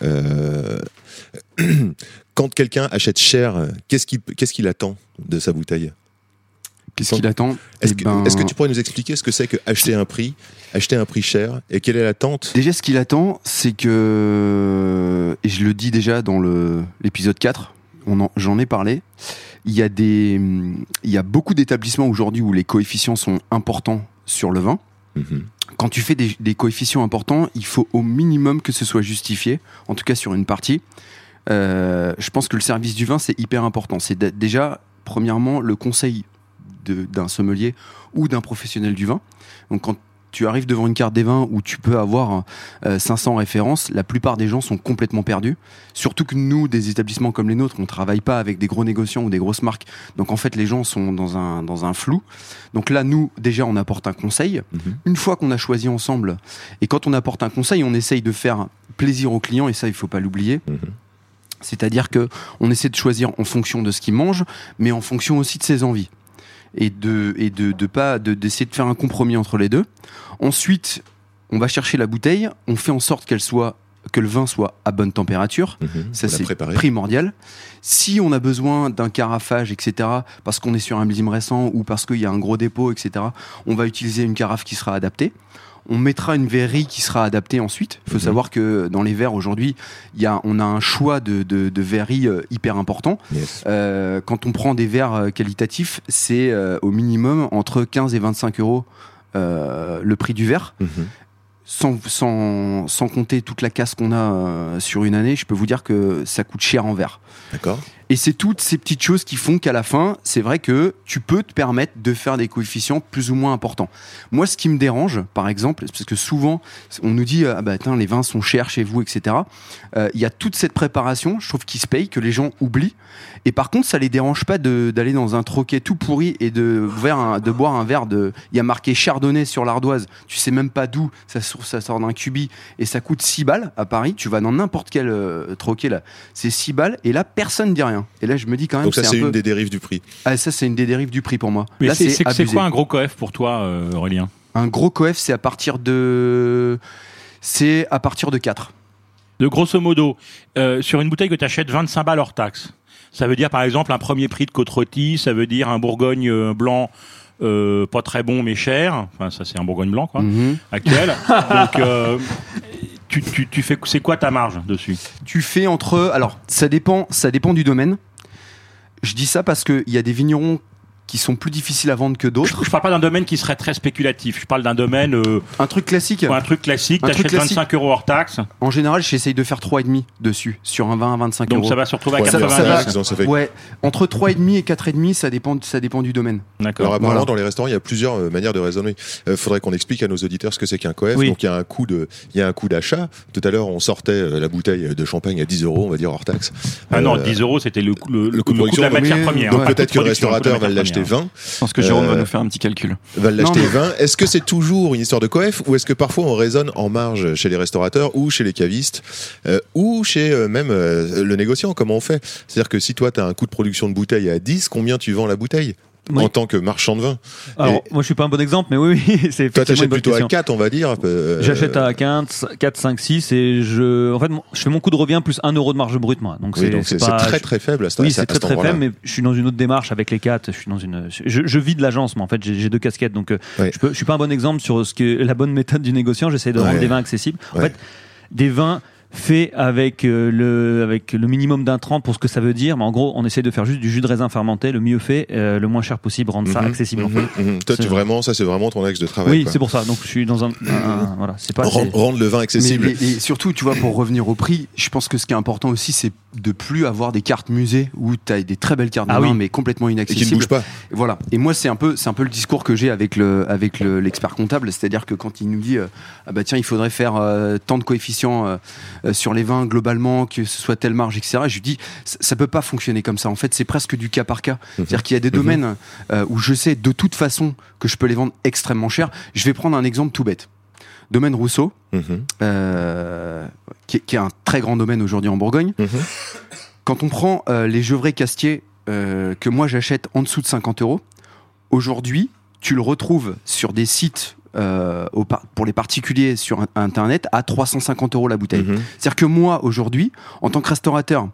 quand quelqu'un achète cher, qu'est-ce qu'il attend de sa bouteille ? Qu'est-ce qu'il attend ? Est-ce que tu pourrais nous expliquer ce que c'est que acheter un prix cher, et quelle est l'attente ? Déjà, ce qu'il attend, c'est que, et je le dis déjà dans l'épisode 4, j'en ai parlé, il y a beaucoup d'établissements aujourd'hui où les coefficients sont importants sur le vin. Quand tu fais des coefficients importants, il faut au minimum que ce soit justifié, en tout cas sur une partie. Je pense que le service du vin, c'est hyper important. C'est déjà, premièrement, le conseil d'un sommelier ou d'un professionnel du vin. Donc quand tu arrives devant une carte des vins où tu peux avoir 500 références, la plupart des gens sont complètement perdus. Surtout que nous, des établissements comme les nôtres, on ne travaille pas avec des gros négociants ou des grosses marques. Donc en fait, les gens sont dans un flou. Donc là, nous, déjà, on apporte un conseil. Une fois qu'on a choisi ensemble, et quand on apporte un conseil, on essaye de faire plaisir aux clients, et ça, il ne faut pas l'oublier. C'est-à-dire qu'on essaie de choisir en fonction de ce qu'il mange, mais en fonction aussi de ses envies. Et d'essayer de faire un compromis entre les deux. Ensuite, on va chercher la bouteille, on fait en sorte que le vin soit à bonne température. Ça, c'est primordial. Si on a besoin d'un carafage, etc., parce qu'on est sur un millésime récent ou parce qu'il y a un gros dépôt, etc., on va utiliser une carafe qui sera adaptée. On mettra une verrerie qui sera adaptée ensuite. Il faut savoir que dans les verres aujourd'hui, on a un choix de verreries hyper important. Yes. Quand on prend des verres qualitatifs, c'est au minimum entre 15 et 25 euros le prix du verre. Sans compter toute la casse qu'on a sur une année, je peux vous dire que ça coûte cher en verre. D'accord. Et c'est toutes ces petites choses qui font qu'à la fin, c'est vrai que tu peux te permettre de faire des coefficients plus ou moins importants. Moi, ce qui me dérange, par exemple, parce que souvent, on nous dit les vins sont chers chez vous, etc. Il y a toute cette préparation, je trouve, qui se paye, que les gens oublient. Et par contre, ça les dérange pas d'aller dans un troquet tout pourri et de boire un verre il y a marqué Chardonnay sur l'ardoise. Tu sais même pas d'où ça sort d'un cubi et ça coûte 6 balles à Paris. Tu vas dans n'importe quel troquet là, c'est 6 balles et là personne dit rien. Et là je me dis quand même. Donc ça c'est une des dérives du prix. Ah ça c'est une des dérives du prix pour moi. Mais là c'est quoi un gros coef pour toi, Aurélien ? Un gros coef c'est à partir de 4. De grosso modo, sur une bouteille que tu achètes 25 balles hors taxe. Ça veut dire par exemple un premier prix de Côte-Rôtie, ça veut dire un Bourgogne blanc pas très bon mais cher. Enfin ça c'est un Bourgogne blanc quoi, actuel. Donc tu fais, c'est quoi ta marge dessus ? Tu fais alors ça dépend du domaine. Je dis ça parce que il y a des vignerons qui sont plus difficiles à vendre que d'autres. Je parle pas d'un domaine qui serait très spéculatif. Je parle d'un domaine... un truc classique. Un truc classique. T'achètes 25 euros hors taxe. En général, j'essaye de faire 3,5 dessus, sur un vin à 25 euros. Donc ça va se retrouver à 90. Ouais, entre 3,5 et 4,5, ça dépend du domaine. D'accord. Alors apparemment, dans les restaurants, il y a plusieurs manières de raisonner. Faudrait qu'on explique à nos auditeurs ce que c'est qu'un coef. Oui. Donc il y a un coût d'achat. Tout à l'heure, on sortait la bouteille de champagne à 10 euros, on va dire hors taxe. Ah non, 10 euros, c'était le coût de la matière première. Donc peut-être que le restaurateur va l'acheter 20. Je pense que Jérôme va nous faire un petit calcul. Va l'acheter 20. Est-ce que c'est toujours une histoire de coef ou est-ce que parfois on raisonne en marge chez les restaurateurs ou chez les cavistes ou chez même le négociant ? Comment on fait ? C'est-à-dire que si toi tu as un coût de production de bouteille à 10, combien tu vends la bouteille ? en tant que marchand de vin. Alors, moi, je suis pas un bon exemple, mais oui, c'est toi, t'achètes plutôt question. à 4, on va dire. J'achète à 4, 5, 6 et je fais mon coût de revient plus 1 euro de marge brute, moi. Donc, c'est très très faible à ce Oui, c'est très très faible, mais je suis dans une autre démarche avec les 4. Je vis de l'agence, moi. En fait, j'ai 2 casquettes. Donc, je suis pas un bon exemple sur ce que la bonne méthode du négociant. J'essaie de rendre des vins accessibles. En fait, des vins fait avec le minimum d'intrants pour ce que ça veut dire, mais en gros on essaie de faire juste du jus de raisin fermenté, le mieux fait, le moins cher possible, rendre ça accessible. Toi c'est vraiment ton axe de travail. Oui, c'est pour ça. Donc je suis dans voilà, c'est pas rendre le vin accessible. Et surtout, tu vois, pour revenir au prix, je pense que ce qui est important aussi, c'est de plus avoir des cartes musées où tu as des très belles cartes de vin, mais complètement inaccessibles. Et qui ne bougent pas. Voilà. Et moi, c'est un peu le discours que j'ai avec l'expert comptable, c'est-à-dire que quand il nous dit ah bah tiens, il faudrait faire tant de coefficients sur les vins globalement, que ce soit telle marge, etc. Je lui dis ça peut pas fonctionner comme ça. En fait, c'est presque du cas par cas. C'est-à-dire qu'il y a des domaines où je sais de toute façon que je peux les vendre extrêmement cher. Je vais prendre un exemple tout bête. Domaine Rousseau, qui est un très grand domaine aujourd'hui en Bourgogne. Quand on prend les Gevrey Castier que moi j'achète en dessous de 50 €, aujourd'hui, tu le retrouves sur des sites pour les particuliers sur Internet à 350 € la bouteille. C'est-à-dire que moi, aujourd'hui, en tant que restaurateur,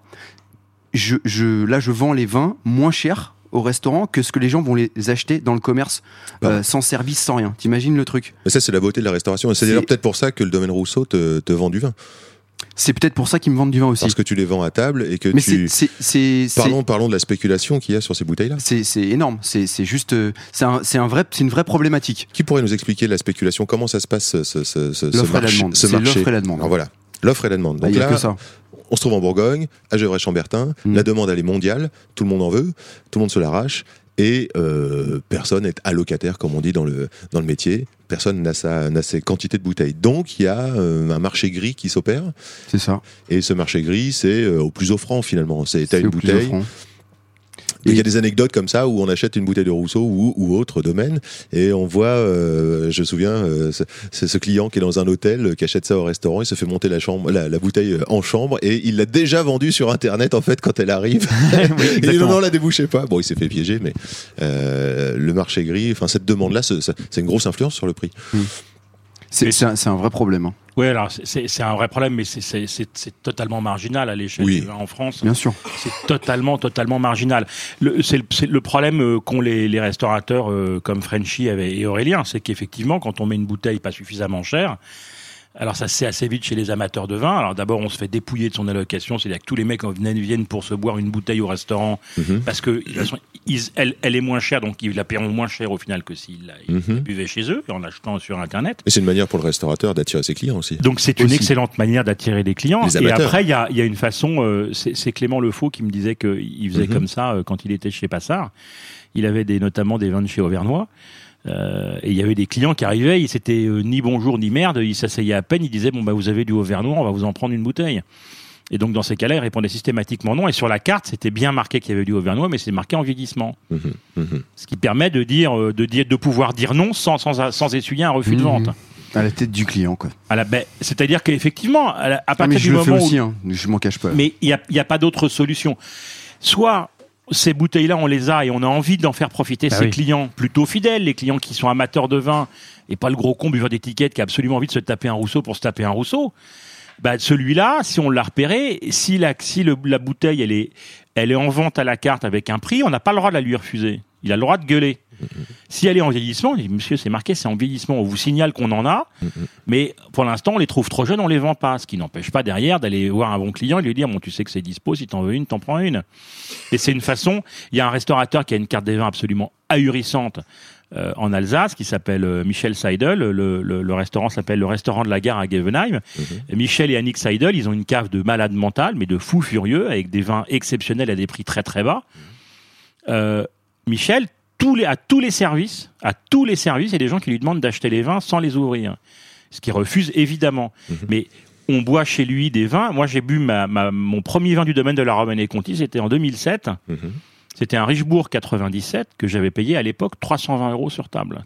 je vends les vins moins chers au restaurant que ce que les gens vont les acheter dans le commerce sans service, sans rien. T'imagines le truc ? Mais ça, c'est la beauté de la restauration. Et c'est d'ailleurs peut-être pour ça que le domaine Rousseau te vend du vin. C'est peut-être pour ça qu'ils me vendent du vin aussi. Parce que tu les vends à table et que Parlons de la spéculation qu'il y a sur ces bouteilles-là. C'est énorme. C'est juste, c'est une vraie problématique. Qui pourrait nous expliquer la spéculation ? Comment ça se passe l'offre et la demande. C'est l'offre et la demande. Alors voilà, l'offre et la demande. Donc il y a que ça. On se trouve en Bourgogne, à Gevrey-Chambertin. La demande, elle est mondiale. Tout le monde en veut. Tout le monde se l'arrache. Et personne n'est allocataire, comme on dit dans le métier. Personne n'a ses quantités de bouteilles. Donc, il y a un marché gris qui s'opère. C'est ça. Et ce marché gris, c'est au plus offrant, finalement. T'as une bouteille. Il y a des anecdotes comme ça où on achète une bouteille de Rousseau ou autre domaine et on voit, je me souviens, c'est ce client qui est dans un hôtel qui achète ça au restaurant, il se fait monter la bouteille en chambre et il l'a déjà vendue sur Internet en fait quand elle arrive. Il dit non, la débouchez pas. Bon, il s'est fait piéger, mais le marché gris, enfin cette demande-là, c'est une grosse influence sur le prix. C'est un vrai problème. Hein. Oui, alors c'est un vrai problème, mais c'est totalement marginal à l'échelle du vin en France. Bien sûr. C'est totalement marginal. C'est le problème qu'ont les restaurateurs comme Frenchy et Aurélien, c'est qu'effectivement, quand on met une bouteille pas suffisamment chère, alors ça se sait assez vite chez les amateurs de vin. Alors d'abord, on se fait dépouiller de son allocation, c'est-à-dire que tous les mecs viennent pour se boire une bouteille au restaurant parce que de toute façon, elle est moins chère, donc ils la paieront moins cher au final que s'ils la buvaient chez eux en achetant sur Internet. Mais c'est une manière pour le restaurateur d'attirer ses clients aussi. Donc c'est une excellente manière d'attirer les clients. Et après, il y a une façon, c'est Clément Lefaux qui me disait qu'il faisait comme ça quand il était chez Passard. Il avait notamment des vins de chez Auvernois. Et il y avait des clients qui arrivaient, c'était ni bonjour ni merde, ils s'asseyaient à peine, ils disaient bon bah vous avez du Auvernois, on va vous en prendre une bouteille. Et donc dans ces cas-là, ils répondaient systématiquement non. Et sur la carte, c'était bien marqué qu'il y avait du Auvernois, mais c'est marqué en vieillissement. Ce qui permet de pouvoir dire non sans essuyer un refus de vente. À la tête du client, quoi. C'est-à-dire qu'effectivement, à partir mais du moment je le fais aussi, je m'en cache pas. Mais il y a pas d'autre solution. Soit ces bouteilles-là, on les a et on a envie d'en faire profiter ses clients plutôt fidèles, les clients qui sont amateurs de vin et pas le gros con buveur d'étiquette qui a absolument envie de se taper un Rousseau pour se taper un Rousseau. Celui-là, si on l'a repéré, si la bouteille elle est en vente à la carte avec un prix, on n'a pas le droit de la lui refuser. Il a le droit de gueuler. Si elle est en vieillissement, il dit, monsieur, c'est marqué, c'est en vieillissement. On vous signale qu'on en a, mais pour l'instant, on les trouve trop jeunes, on les vend pas. Ce qui n'empêche pas derrière d'aller voir un bon client et lui dire, bon, tu sais que c'est dispo, si t'en veux une, t'en prends une. Et c'est une façon. Il y a un restaurateur qui a une carte des vins absolument ahurissante en Alsace, qui s'appelle Michel Seidel. Le restaurant s'appelle le restaurant de la gare à Gevenheim. Michel et Annick Seidel, ils ont une cave de malade mental, mais de fou furieux, avec des vins exceptionnels à des prix très très bas. Michel, à tous les services, il y a des gens qui lui demandent d'acheter les vins sans les ouvrir. Ce qu'il refuse évidemment. Mais on boit chez lui des vins. Moi, j'ai bu mon premier vin du domaine de la Romanée Conti, c'était en 2007. C'était un Richebourg 97 que j'avais payé à l'époque 320 € sur table.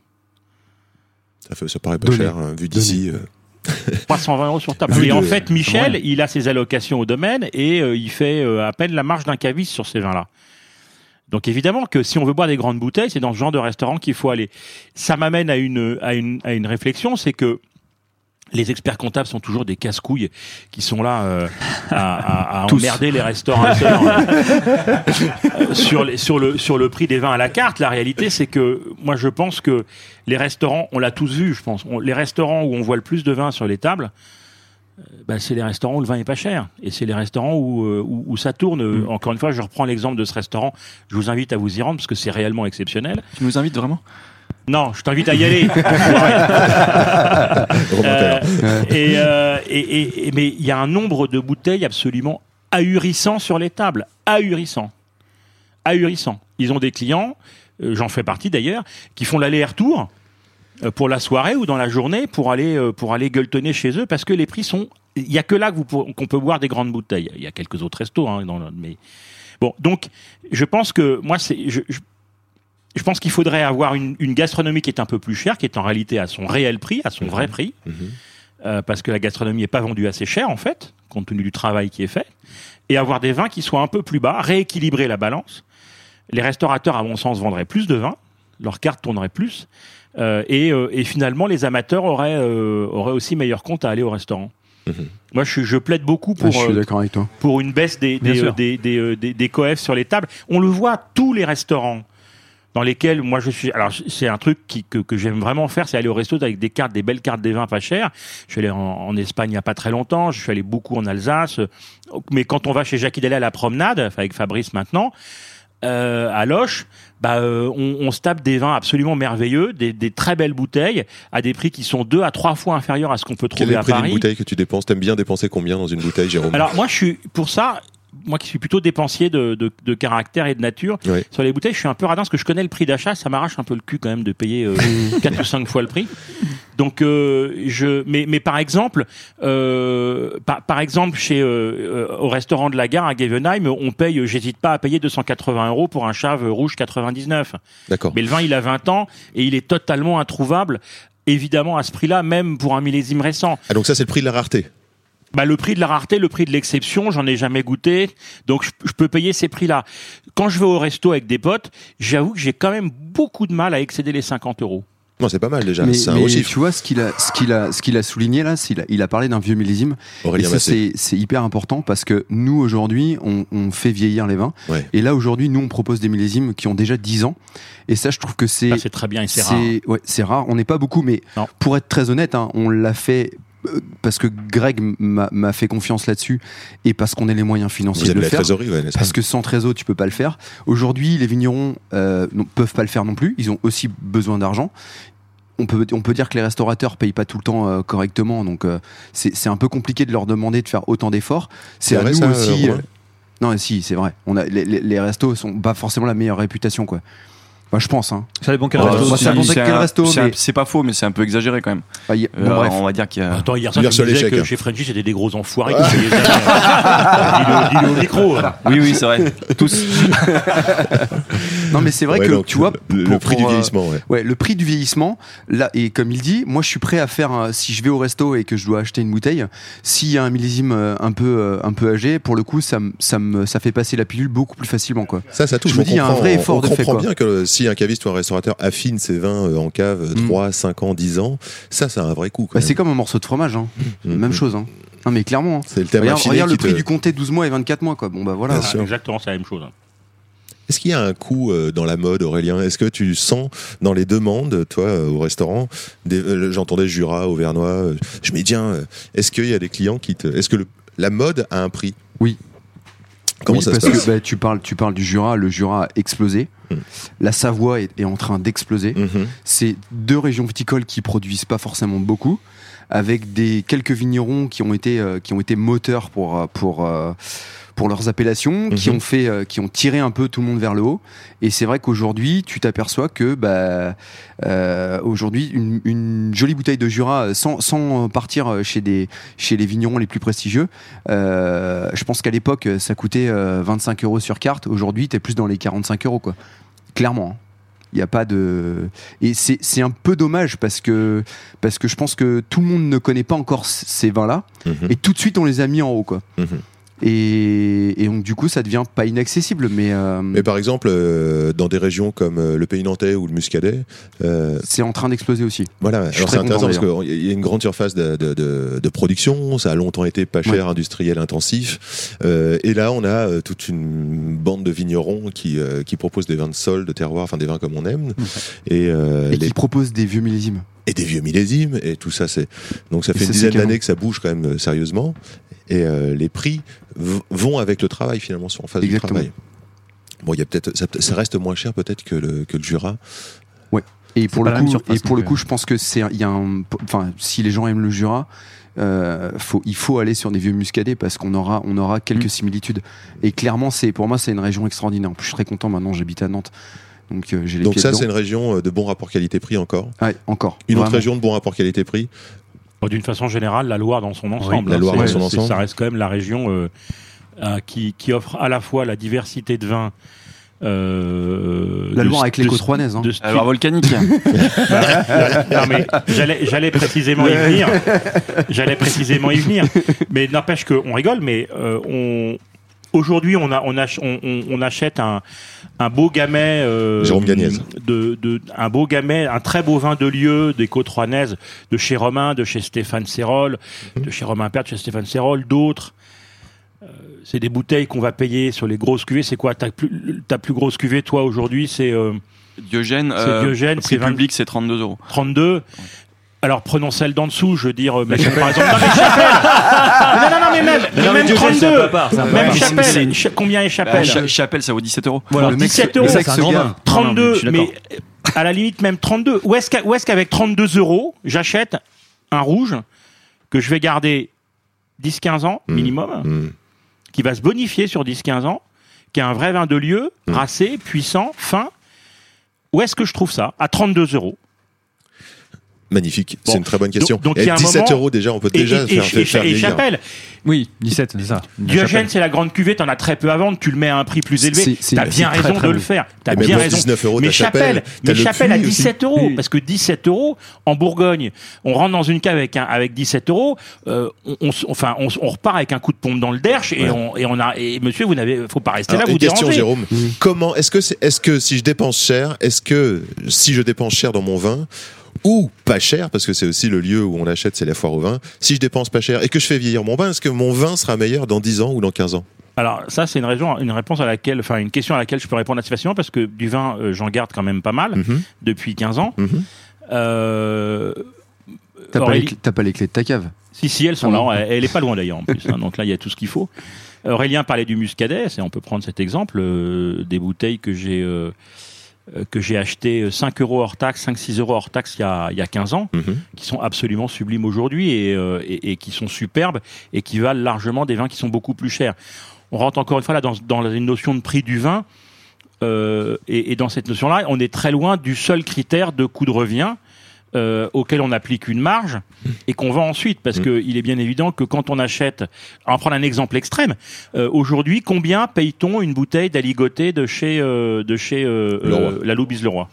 Ça paraît pas cher, vu d'ici. 320 € sur table. Et en fait, Michel, il a ses allocations au domaine et il fait à peine la marge d'un caviste sur ces vins-là. Donc évidemment que si on veut boire des grandes bouteilles, c'est dans ce genre de restaurant qu'il faut aller. Ça m'amène à une réflexion, c'est que les experts comptables sont toujours des casse-couilles qui sont là à emmerder les restaurateurs sur le prix des vins à la carte. La réalité, c'est que moi, je pense que les restaurants, on l'a tous vu, je pense, les restaurants où on voit le plus de vin sur les tables, c'est les restaurants où le vin est pas cher. Et c'est les restaurants où ça tourne. Encore une fois, je reprends l'exemple de ce restaurant. Je vous invite à vous y rendre parce que c'est réellement exceptionnel. Tu nous invites vraiment ? Non, je t'invite à y aller. Mais il y a un nombre de bouteilles absolument ahurissant sur les tables. Ahurissant. Ils ont des clients, j'en fais partie d'ailleurs, qui font l'aller-retour pour la soirée ou dans la journée pour aller gueuletonner chez eux parce que les prix sont... Il n'y a que là qu'on peut boire des grandes bouteilles. Il y a quelques autres restos, mais bon. Donc, je pense que moi, je pense qu'il faudrait avoir une gastronomie qui est un peu plus chère, qui est en réalité à son réel prix, à son vrai prix, parce que la gastronomie n'est pas vendue assez cher, en fait, compte tenu du travail qui est fait, et avoir des vins qui soient un peu plus bas, rééquilibrer la balance. Les restaurateurs, à mon sens, vendraient plus de vin, leur carte tournerait plus, et finalement, les amateurs auraient aussi meilleur compte à aller au restaurant. Moi, je plaide beaucoup pour, je suis d'accord avec toi. Pour une baisse des coefs sur les tables. On le voit, tous les restaurants dans lesquels moi je suis. Alors c'est un truc que j'aime vraiment faire, c'est aller au resto avec des belles cartes des vins pas chères. Je suis allé en Espagne il y a pas très longtemps, je suis allé beaucoup en Alsace. Mais quand on va chez Jackie Dalet à la promenade, avec Fabrice maintenant, à Loches, on se tape des vins absolument merveilleux, des très belles bouteilles à des prix qui sont 2 à 3 fois inférieurs à ce qu'on peut trouver à Paris. Quel est le prix d'une bouteille que tu dépenses ? T'aimes bien dépenser combien dans une bouteille, Jérôme ? Alors moi je suis pour ça. Moi qui suis plutôt dépensier de caractère et de nature, sur les bouteilles, je suis un peu radin parce que je connais le prix d'achat, ça m'arrache un peu le cul quand même de payer 4 ou 5 fois le prix. Donc mais par exemple chez au restaurant de la Gare à Gevenheim, j'hésite pas à payer 280 € pour un Chave rouge 99. D'accord. Mais le vin il a 20 ans et il est totalement introuvable évidemment à ce prix-là, même pour un millésime récent. Ah donc ça c'est le prix de la rareté. Le prix de la rareté, le prix de l'exception, j'en ai jamais goûté, donc je peux payer ces prix-là. Quand je vais au resto avec des potes, j'avoue que j'ai quand même beaucoup de mal à excéder les 50 €. Non, c'est pas mal déjà. Mais c'est un haut chiffre. Tu vois ce qu'il a souligné là, il a parlé d'un vieux millésime. Aurélien et ça c'est hyper important parce que nous aujourd'hui on fait vieillir les vins. Ouais. Et là aujourd'hui nous on propose des millésimes qui ont déjà 10 ans. Et ça je trouve que c'est très bien et c'est rare. Ouais, c'est rare. On n'est pas beaucoup, mais non. Pour être très honnête, on l'a fait. Parce que Greg m'a fait confiance là-dessus et parce qu'on a les moyens financiers de le faire. Trésorerie, n'est-ce pas ? Parce que sans trésor, tu peux pas le faire. Aujourd'hui, les vignerons peuvent pas le faire non plus. Ils ont aussi besoin d'argent. On peut dire que les restaurateurs payent pas tout le temps correctement, donc c'est un peu compliqué de leur demander de faire autant d'efforts. C'est à nous ça, aussi. Non, si, c'est vrai. Les restos sont pas forcément la meilleure réputation, quoi. Je pense. Ça dépend quel resto. Ça dépend quel resto. C'est pas faux, mais c'est un peu exagéré quand même. Bref. On va dire qu'il y a. Attends, hier soir, tu me disais que chez Frenchy, c'était des gros enfoirés. Dis-le au micro. Oui, c'est vrai. Tous. Non, mais c'est vrai que donc, tu vois. Le prix du vieillissement, ouais. Le prix du vieillissement, là, et comme il dit, moi je suis prêt à faire. Si je vais au resto et que je dois acheter une bouteille, s'il y a un millésime un peu âgé, pour le coup, ça fait passer la pilule beaucoup plus facilement, quoi. Ça touche. Je me dis, il y a un vrai effort de fait. On comprend bien que si un caviste ou un restaurateur affine ses vins en cave 3, 5 ans, 10 ans, ça a un vrai coût. C'est comme un morceau de fromage, même chose. Non mais clairement. C'est le thème regarde le prix du comté 12 mois et 24 mois, quoi. Bon voilà. Exactement, c'est la même chose. Est-ce qu'il y a un coût dans la mode, Aurélien ? Est-ce que tu sens dans les demandes, toi, au restaurant, j'entendais Jura, Auvergnat, je me dis, tiens, est-ce qu'il y a des clients est-ce que la mode a un prix ? Oui. Comment ça se passe ? Parce que tu parles du Jura, le Jura a explosé. La Savoie est en train d'exploser. C'est 2 régions viticoles qui produisent pas forcément beaucoup, avec quelques vignerons qui ont été moteurs pour leurs appellations, qui ont tiré un peu tout le monde vers le haut. Et c'est vrai qu'aujourd'hui, tu t'aperçois que aujourd'hui, une jolie bouteille de Jura, sans partir chez les vignerons les plus prestigieux, je pense qu'à l'époque, ça coûtait 25 € sur carte. Aujourd'hui, t'es plus dans les 45 €, quoi. Clairement. Il n'y a pas de... Et c'est un peu dommage parce que je pense que tout le monde ne connaît pas encore ces vins-là. Et tout de suite, on les a mis en haut, quoi. Et donc du coup ça devient pas inaccessible, mais par exemple dans des régions comme le Pays Nantais ou le Muscadet, c'est en train d'exploser aussi. Voilà, alors c'est intéressant parce qu'il y a une grande surface de production, ça a longtemps été pas cher, industriel, intensif, et là on a toute une bande de vignerons qui proposent des vins de sol, de terroir, enfin des vins comme on aime, et qui proposent des vieux millésimes. Et des vieux millésimes, et tout ça, donc ça fait une dizaine d'années que ça bouge quand même sérieusement, et les prix vont avec le travail finalement, sont en phase du travail. Bon, il y a peut-être, ça reste moins cher peut-être que le Jura. Ouais. Et pour le coup, je pense que si les gens aiment le Jura, il faut aller sur des vieux muscadets parce qu'on aura quelques similitudes. Et clairement, pour moi, c'est une région extraordinaire. En plus, je suis très content. Maintenant, j'habite à Nantes. Donc ça, c'est une région de bon rapport qualité-prix encore. Ouais, encore. Une autre région de bon rapport qualité-prix. D'une façon générale, la Loire dans son ensemble. La Loire dans son ensemble. Ça reste quand même la région qui offre à la fois la diversité de vins. La Loire avec l'éco rouennaise. Alors volcanique. Non mais j'allais précisément y venir. Mais n'empêche qu'on rigole, mais aujourd'hui, on achète un beau gamay, Jérôme Gagnez, un beau gamay, un très beau vin de lieu des Côtes Rouennaises, de chez Romain, de chez Stéphane Serol, de chez Romain Père, de chez Stéphane Serol, d'autres. C'est des bouteilles qu'on va payer sur les grosses cuvées. C'est quoi ta plus grosse cuvée, toi, aujourd'hui? C'est Diogène. C'est public, c'est 32 €. 32. Ouais. Alors prenons celle d'en dessous, je veux dire, par exemple. Non mais Chapelle. Même 32. Même Chapelle. Combien est Chapelle? Chapelle, ça vaut 17 €. Voilà, 17 €. C'est un grand vin. 32. Mais à la limite même 32. Où est-ce qu'avec 32 €, j'achète un rouge que je vais garder 10-15 ans minimum, qui va se bonifier sur 10-15 ans, qui est un vrai vin de lieu, racé, puissant, fin. Où est-ce que je trouve ça? À 32 €. Magnifique, c'est une très bonne question. Donc, et 17 € déjà, on peut déjà faire et Chapelle. Oui, 17, c'est ça. Diogène, c'est la grande cuvée, t'en as très peu à vendre, tu le mets à un prix plus élevé. T'as bien raison de le faire. T'as bien raison. 19 €, mais Chapelle à 17 €, parce que 17 €, en Bourgogne, on rentre dans une cave avec 17 €, on repart avec un coup de pompe dans le derche, et monsieur, faut pas rester là, vous question, dérangez. Jérôme. Comment, est-ce que si je dépense cher, si je dépense cher dans mon vin, ou pas cher, parce que c'est aussi le lieu où on achète, c'est la foire au vin. Si je dépense pas cher et que je fais vieillir mon vin, est-ce que mon vin sera meilleur dans 10 ans ou dans 15 ans? Alors ça, c'est une question à laquelle je peux répondre assez facilement, parce que du vin, j'en garde quand même pas mal depuis 15 ans. T'as pas les clés de ta cave? Si, elles sont là. Elle est pas loin d'ailleurs en plus. Donc là, il y a tout ce qu'il faut. Aurélien parlait du muscadet, on peut prendre cet exemple, des bouteilles que j'ai acheté 5 € hors taxe, 5-6 € hors taxe il y a 15 ans, qui sont absolument sublimes aujourd'hui et qui sont superbes et qui valent largement des vins qui sont beaucoup plus chers. On rentre encore une fois là dans une notion de prix du vin, et dans cette notion-là, on est très loin du seul critère de coût de revient auquel on applique une marge et qu'on vend ensuite, parce que il est bien évident que quand on achète, on va prendre un exemple extrême, aujourd'hui, combien paye-t-on une bouteille d'aligoté de chez la Louise-le-Roi?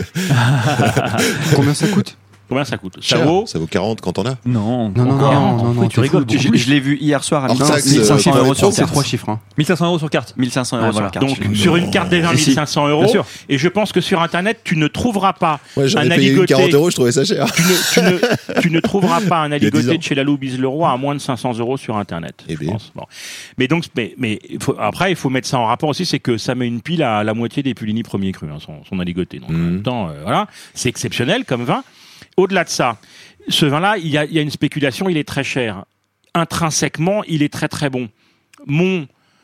Combien ça coûte? Combien ça coûte? Ça vaut 40 quand on a? Non, tu rigoles. Je l'ai vu hier soir à 1500 € sur 3 chiffres. 1500 € sur carte. 1500 € sur carte. Donc sur une carte des vins, 1500 €. Et je pense que sur Internet, tu ne trouveras pas un aligoté. 40 €, je trouvais ça cher. Tu ne trouveras pas un aligoté de chez la Louise-le-Roi à moins de 500 € sur Internet. Je pense. Bon. Mais après, il faut mettre ça en rapport aussi, c'est que ça met une pile à la moitié des Puligny premier cru, son aligoté. Donc en même temps, voilà, c'est exceptionnel comme vin. Au-delà de ça, ce vin-là, il y a une spéculation, il est très cher. Intrinsèquement, il est très très bon. Mon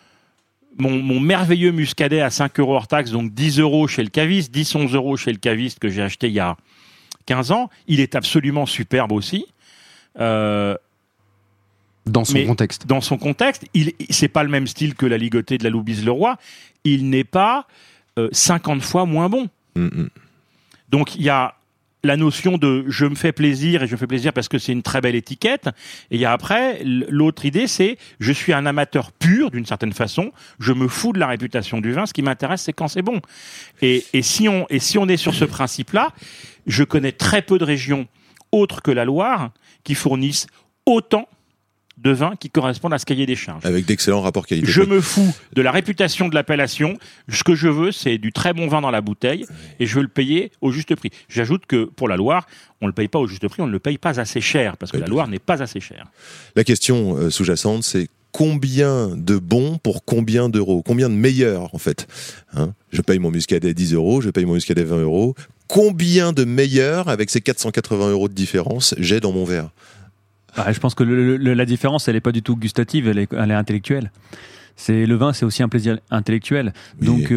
merveilleux muscadet à 5 € hors taxe, donc 10 € chez le caviste, 10-11 € chez le caviste que j'ai acheté il y a 15 ans, il est absolument superbe aussi. Dans son contexte. Dans son contexte, c'est pas le même style que la ligotée de la Louise-le-Roi. Il n'est pas 50 fois moins bon. Donc il y a la notion de je me fais plaisir, et je me fais plaisir parce que c'est une très belle étiquette. Et il y a après, l'autre idée, c'est je suis un amateur pur d'une certaine façon, je me fous de la réputation du vin, ce qui m'intéresse, c'est quand c'est bon. Et si on est sur ce principe-là, je connais très peu de régions autres que la Loire qui fournissent autant de vins qui correspondent à ce cahier des charges. Avec d'excellents rapports qualité. Je me fous de la réputation de l'appellation. Ce que je veux, c'est du très bon vin dans la bouteille et je veux le payer au juste prix. J'ajoute que pour la Loire, on ne le paye pas au juste prix, on ne le paye pas assez cher parce que la Loire n'est pas assez chère. La question sous-jacente, c'est combien de bons pour combien d'euros? Combien de meilleurs, en fait, hein? Je paye mon muscadet 10 €, je paye mon muscadet 20 €. Combien de meilleurs, avec ces 480 € de différence, j'ai dans mon verre? Je pense que la différence, elle n'est pas du tout gustative, elle est intellectuelle. Le vin, c'est aussi un plaisir intellectuel. Oui. Donc,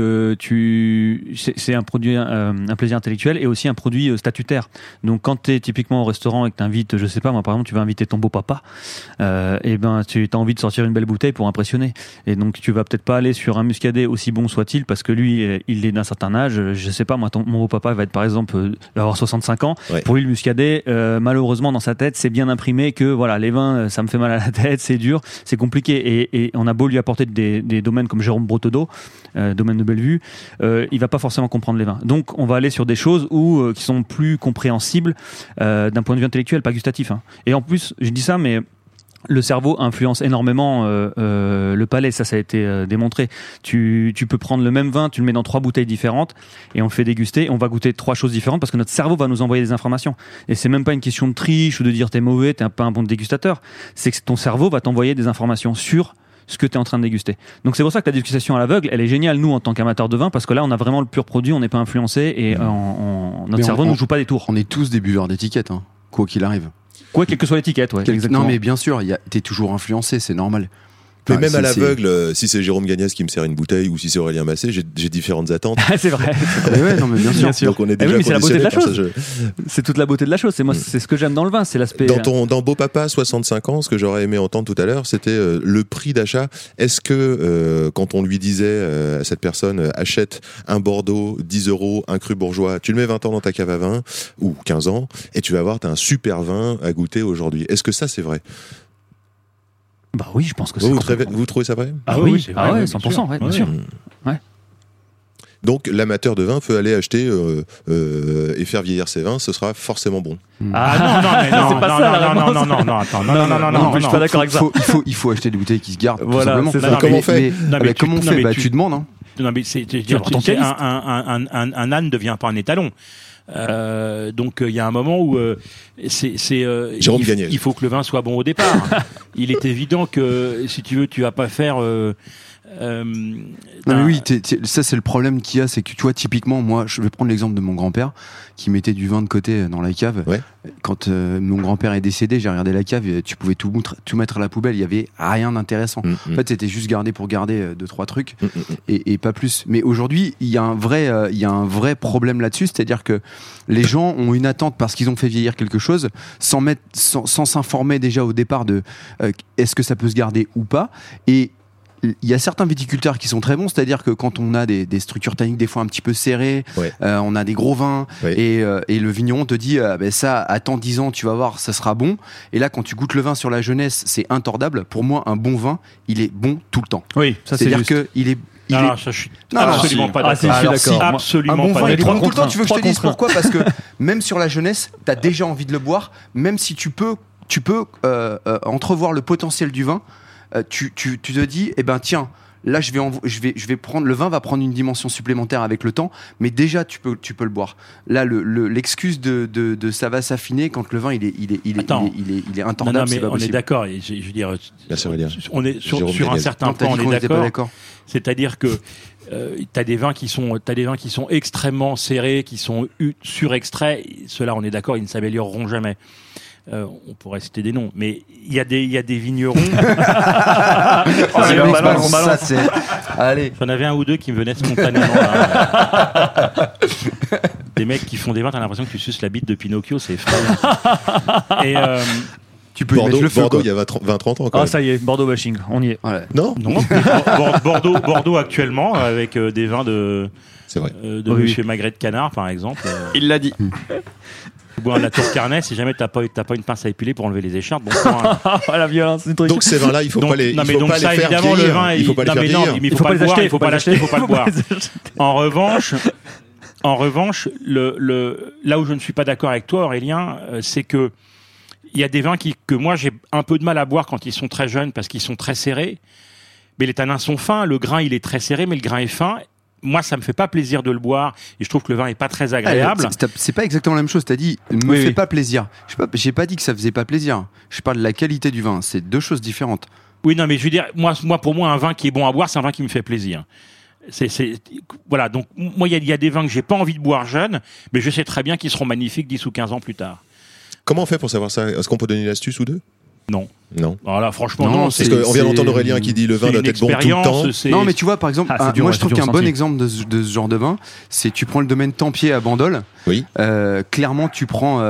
c'est un produit, un plaisir intellectuel et aussi un produit statutaire. Donc, quand tu es typiquement au restaurant et que tu invites, je sais pas, moi, par exemple, tu vas inviter ton beau-papa, et ben, tu as envie de sortir une belle bouteille pour impressionner. Et donc, tu vas peut-être pas aller sur un muscadet aussi bon soit-il parce que lui, il est d'un certain âge. Je sais pas, moi, mon beau-papa va être, par exemple, va avoir 65 ans. Ouais. Pour lui, le muscadet, malheureusement, dans sa tête, c'est bien imprimé que, voilà, les vins, ça me fait mal à la tête, c'est dur, c'est compliqué. Et on a beau lui apporter des domaines comme Jérôme Brotteau, domaine de Bellevue, il va pas forcément comprendre les vins. Donc on va aller sur des choses qui sont plus compréhensibles d'un point de vue intellectuel, pas gustatif. Hein. Et en plus, je dis ça, mais le cerveau influence énormément le palais, ça a été démontré. Tu peux prendre le même vin, tu le mets dans 3 bouteilles différentes et on le fait déguster, on va goûter 3 choses différentes parce que notre cerveau va nous envoyer des informations. Et c'est même pas une question de triche ou de dire t'es mauvais, t'es pas un bon dégustateur. C'est que ton cerveau va t'envoyer des informations sur ce que tu es en train de déguster. Donc c'est pour ça que la dégustation à l'aveugle, elle est géniale, nous, en tant qu'amateurs de vin, parce que là, on a vraiment le pur produit, on n'est pas influencé et notre cerveau ne nous joue pas des tours. On est tous des buveurs d'étiquettes, hein, quoi qu'il arrive. Quoi, quelle que soit l'étiquette, ouais. Non, mais bien sûr, t'es toujours influencé, c'est normal. Mais même à l'aveugle, si c'est Jérôme Gagnès qui me sert une bouteille ou si c'est Aurélien Massé, j'ai différentes attentes. C'est vrai. Mais ouais, non, mais bien sûr. Donc on est déjà mais c'est la beauté de la chose. Ça, c'est toute la beauté de la chose. C'est ce que j'aime dans le vin, c'est l'aspect. Dans Beau Papa 65 ans, ce que j'aurais aimé entendre tout à l'heure, c'était le prix d'achat. Est-ce que quand on lui disait à cette personne achète un Bordeaux 10 €, un cru bourgeois, tu le mets 20 ans dans ta cave à vin ou 15 ans et tu vas voir, t'as un super vin à goûter aujourd'hui. Est-ce que ça c'est vrai? Bah oui, je pense que c'est. Vous trouvez ça vrai? Ah oui, c'est vrai, 100%, bien sûr. Ouais. Donc l'amateur de vin peut aller acheter et faire vieillir ses vins, ce sera forcément bon. Ah non, je suis pas d'accord avec ça. Il faut acheter des bouteilles qui se gardent. Voilà, c'est ça. Comment on fait? Comment on fait? Tu demandes. Hein. Non mais un âne ne devient pas un étalon. Donc il y a un moment où il faut que le vin soit bon au départ. Il est évident que si tu veux, tu vas pas faire. Non mais oui, ça c'est le problème qu'il y a, c'est que tu vois typiquement, moi, je vais prendre l'exemple de mon grand-père qui mettait du vin de côté dans la cave. Ouais. Quand mon grand-père est décédé, j'ai regardé la cave, tu pouvais tout mettre à la poubelle, il y avait rien d'intéressant. En fait, c'était juste gardé pour garder 2-3 trucs et pas plus. Mais aujourd'hui, il y a un vrai problème là-dessus, c'est-à-dire que les gens ont une attente parce qu'ils ont fait vieillir quelque chose sans s'informer déjà au départ de est-ce que ça peut se garder ou pas. Et il y a certains viticulteurs qui sont très bons, c'est-à-dire que quand on a des structures tanniques des fois un petit peu serrées, on a des gros vins, et le vigneron te dit ça, attends 10 ans, tu vas voir, ça sera bon. Et là, quand tu goûtes le vin sur la jeunesse, c'est intordable. Pour moi, un bon vin, il est bon tout le temps. Oui, ça c'est-à-dire que il est. Ça, je suis absolument pas d'accord. Je suis d'accord. Absolument un bon pas vin, il est d'accord. bon tout le temps. Tu veux que je te dise pourquoi? Parce que même sur la jeunesse, t'as déjà envie de le boire, même si tu peux entrevoir le potentiel du vin. Tu te dis, tiens, là je vais prendre, le vin va prendre une dimension supplémentaire avec le temps, mais déjà tu peux le boire. Là l'excuse de ça va s'affiner quand le vin il est intendable. Non, mais c'est pas on possible. est d'accord. Et je veux dire, on est sur un certain point, on est d'accord. C'est-à-dire que t'as des vins qui sont extrêmement serrés, qui sont surextraits. Ceux-là, on est d'accord, ils ne s'amélioreront jamais. On pourrait citer des noms, mais il y a des vignerons. Allez. J'en avais un ou deux qui me venaient spontanément. Des mecs qui font des vins, t'as l'impression que tu suces la bite de Pinocchio, c'est effrayant. Et tu peux Bordeaux, y mettre le feu. Bordeaux, il y a 20-30 ans. Ça y est, Bordeaux bashing, on y est. Ouais. Non. Bordeaux actuellement avec des vins de. C'est vrai. Chez Magret de Canard, par exemple. Il l'a dit. Tu bois un La Tour Carnet, si jamais t'as pas une pince à épiler pour enlever les écharpes. La violence, c'est donc ces vins-là, il faut pas les faire évidemment, vieillir. Le vin, il faut pas les faire vieillir. Il faut pas le boire, il faut pas l'acheter, il faut pas le boire. En revanche, là où je ne suis pas d'accord avec toi, Aurélien, c'est que il y a des vins que moi j'ai un peu de mal à boire quand ils sont très jeunes parce qu'ils sont très serrés. Mais les tanins sont fins, le grain il est très serré, mais le grain est fin. Moi, ça me fait pas plaisir de le boire et je trouve que le vin est pas très agréable. C'est pas exactement la même chose. T'as dit, fait pas plaisir. J'ai pas dit que ça faisait pas plaisir. Je parle de la qualité du vin. C'est deux choses différentes. Oui, non, mais je veux dire, pour moi, un vin qui est bon à boire, c'est un vin qui me fait plaisir. Voilà. Donc, moi, il y a des vins que j'ai pas envie de boire jeunes, mais je sais très bien qu'ils seront magnifiques 10 ou 15 ans plus tard. Comment on fait pour savoir ça ? Est-ce qu'on peut donner une astuce ou deux ? Non. Alors là, franchement, non. Parce qu'on vient d'entendre Aurélien qui dit le vin doit être bon tout le temps. Non, mais tu vois, par exemple, moi je trouve qu'un bon exemple de ce genre de vin, c'est tu prends le domaine Tempier à Bandol. Oui. Clairement, tu prends.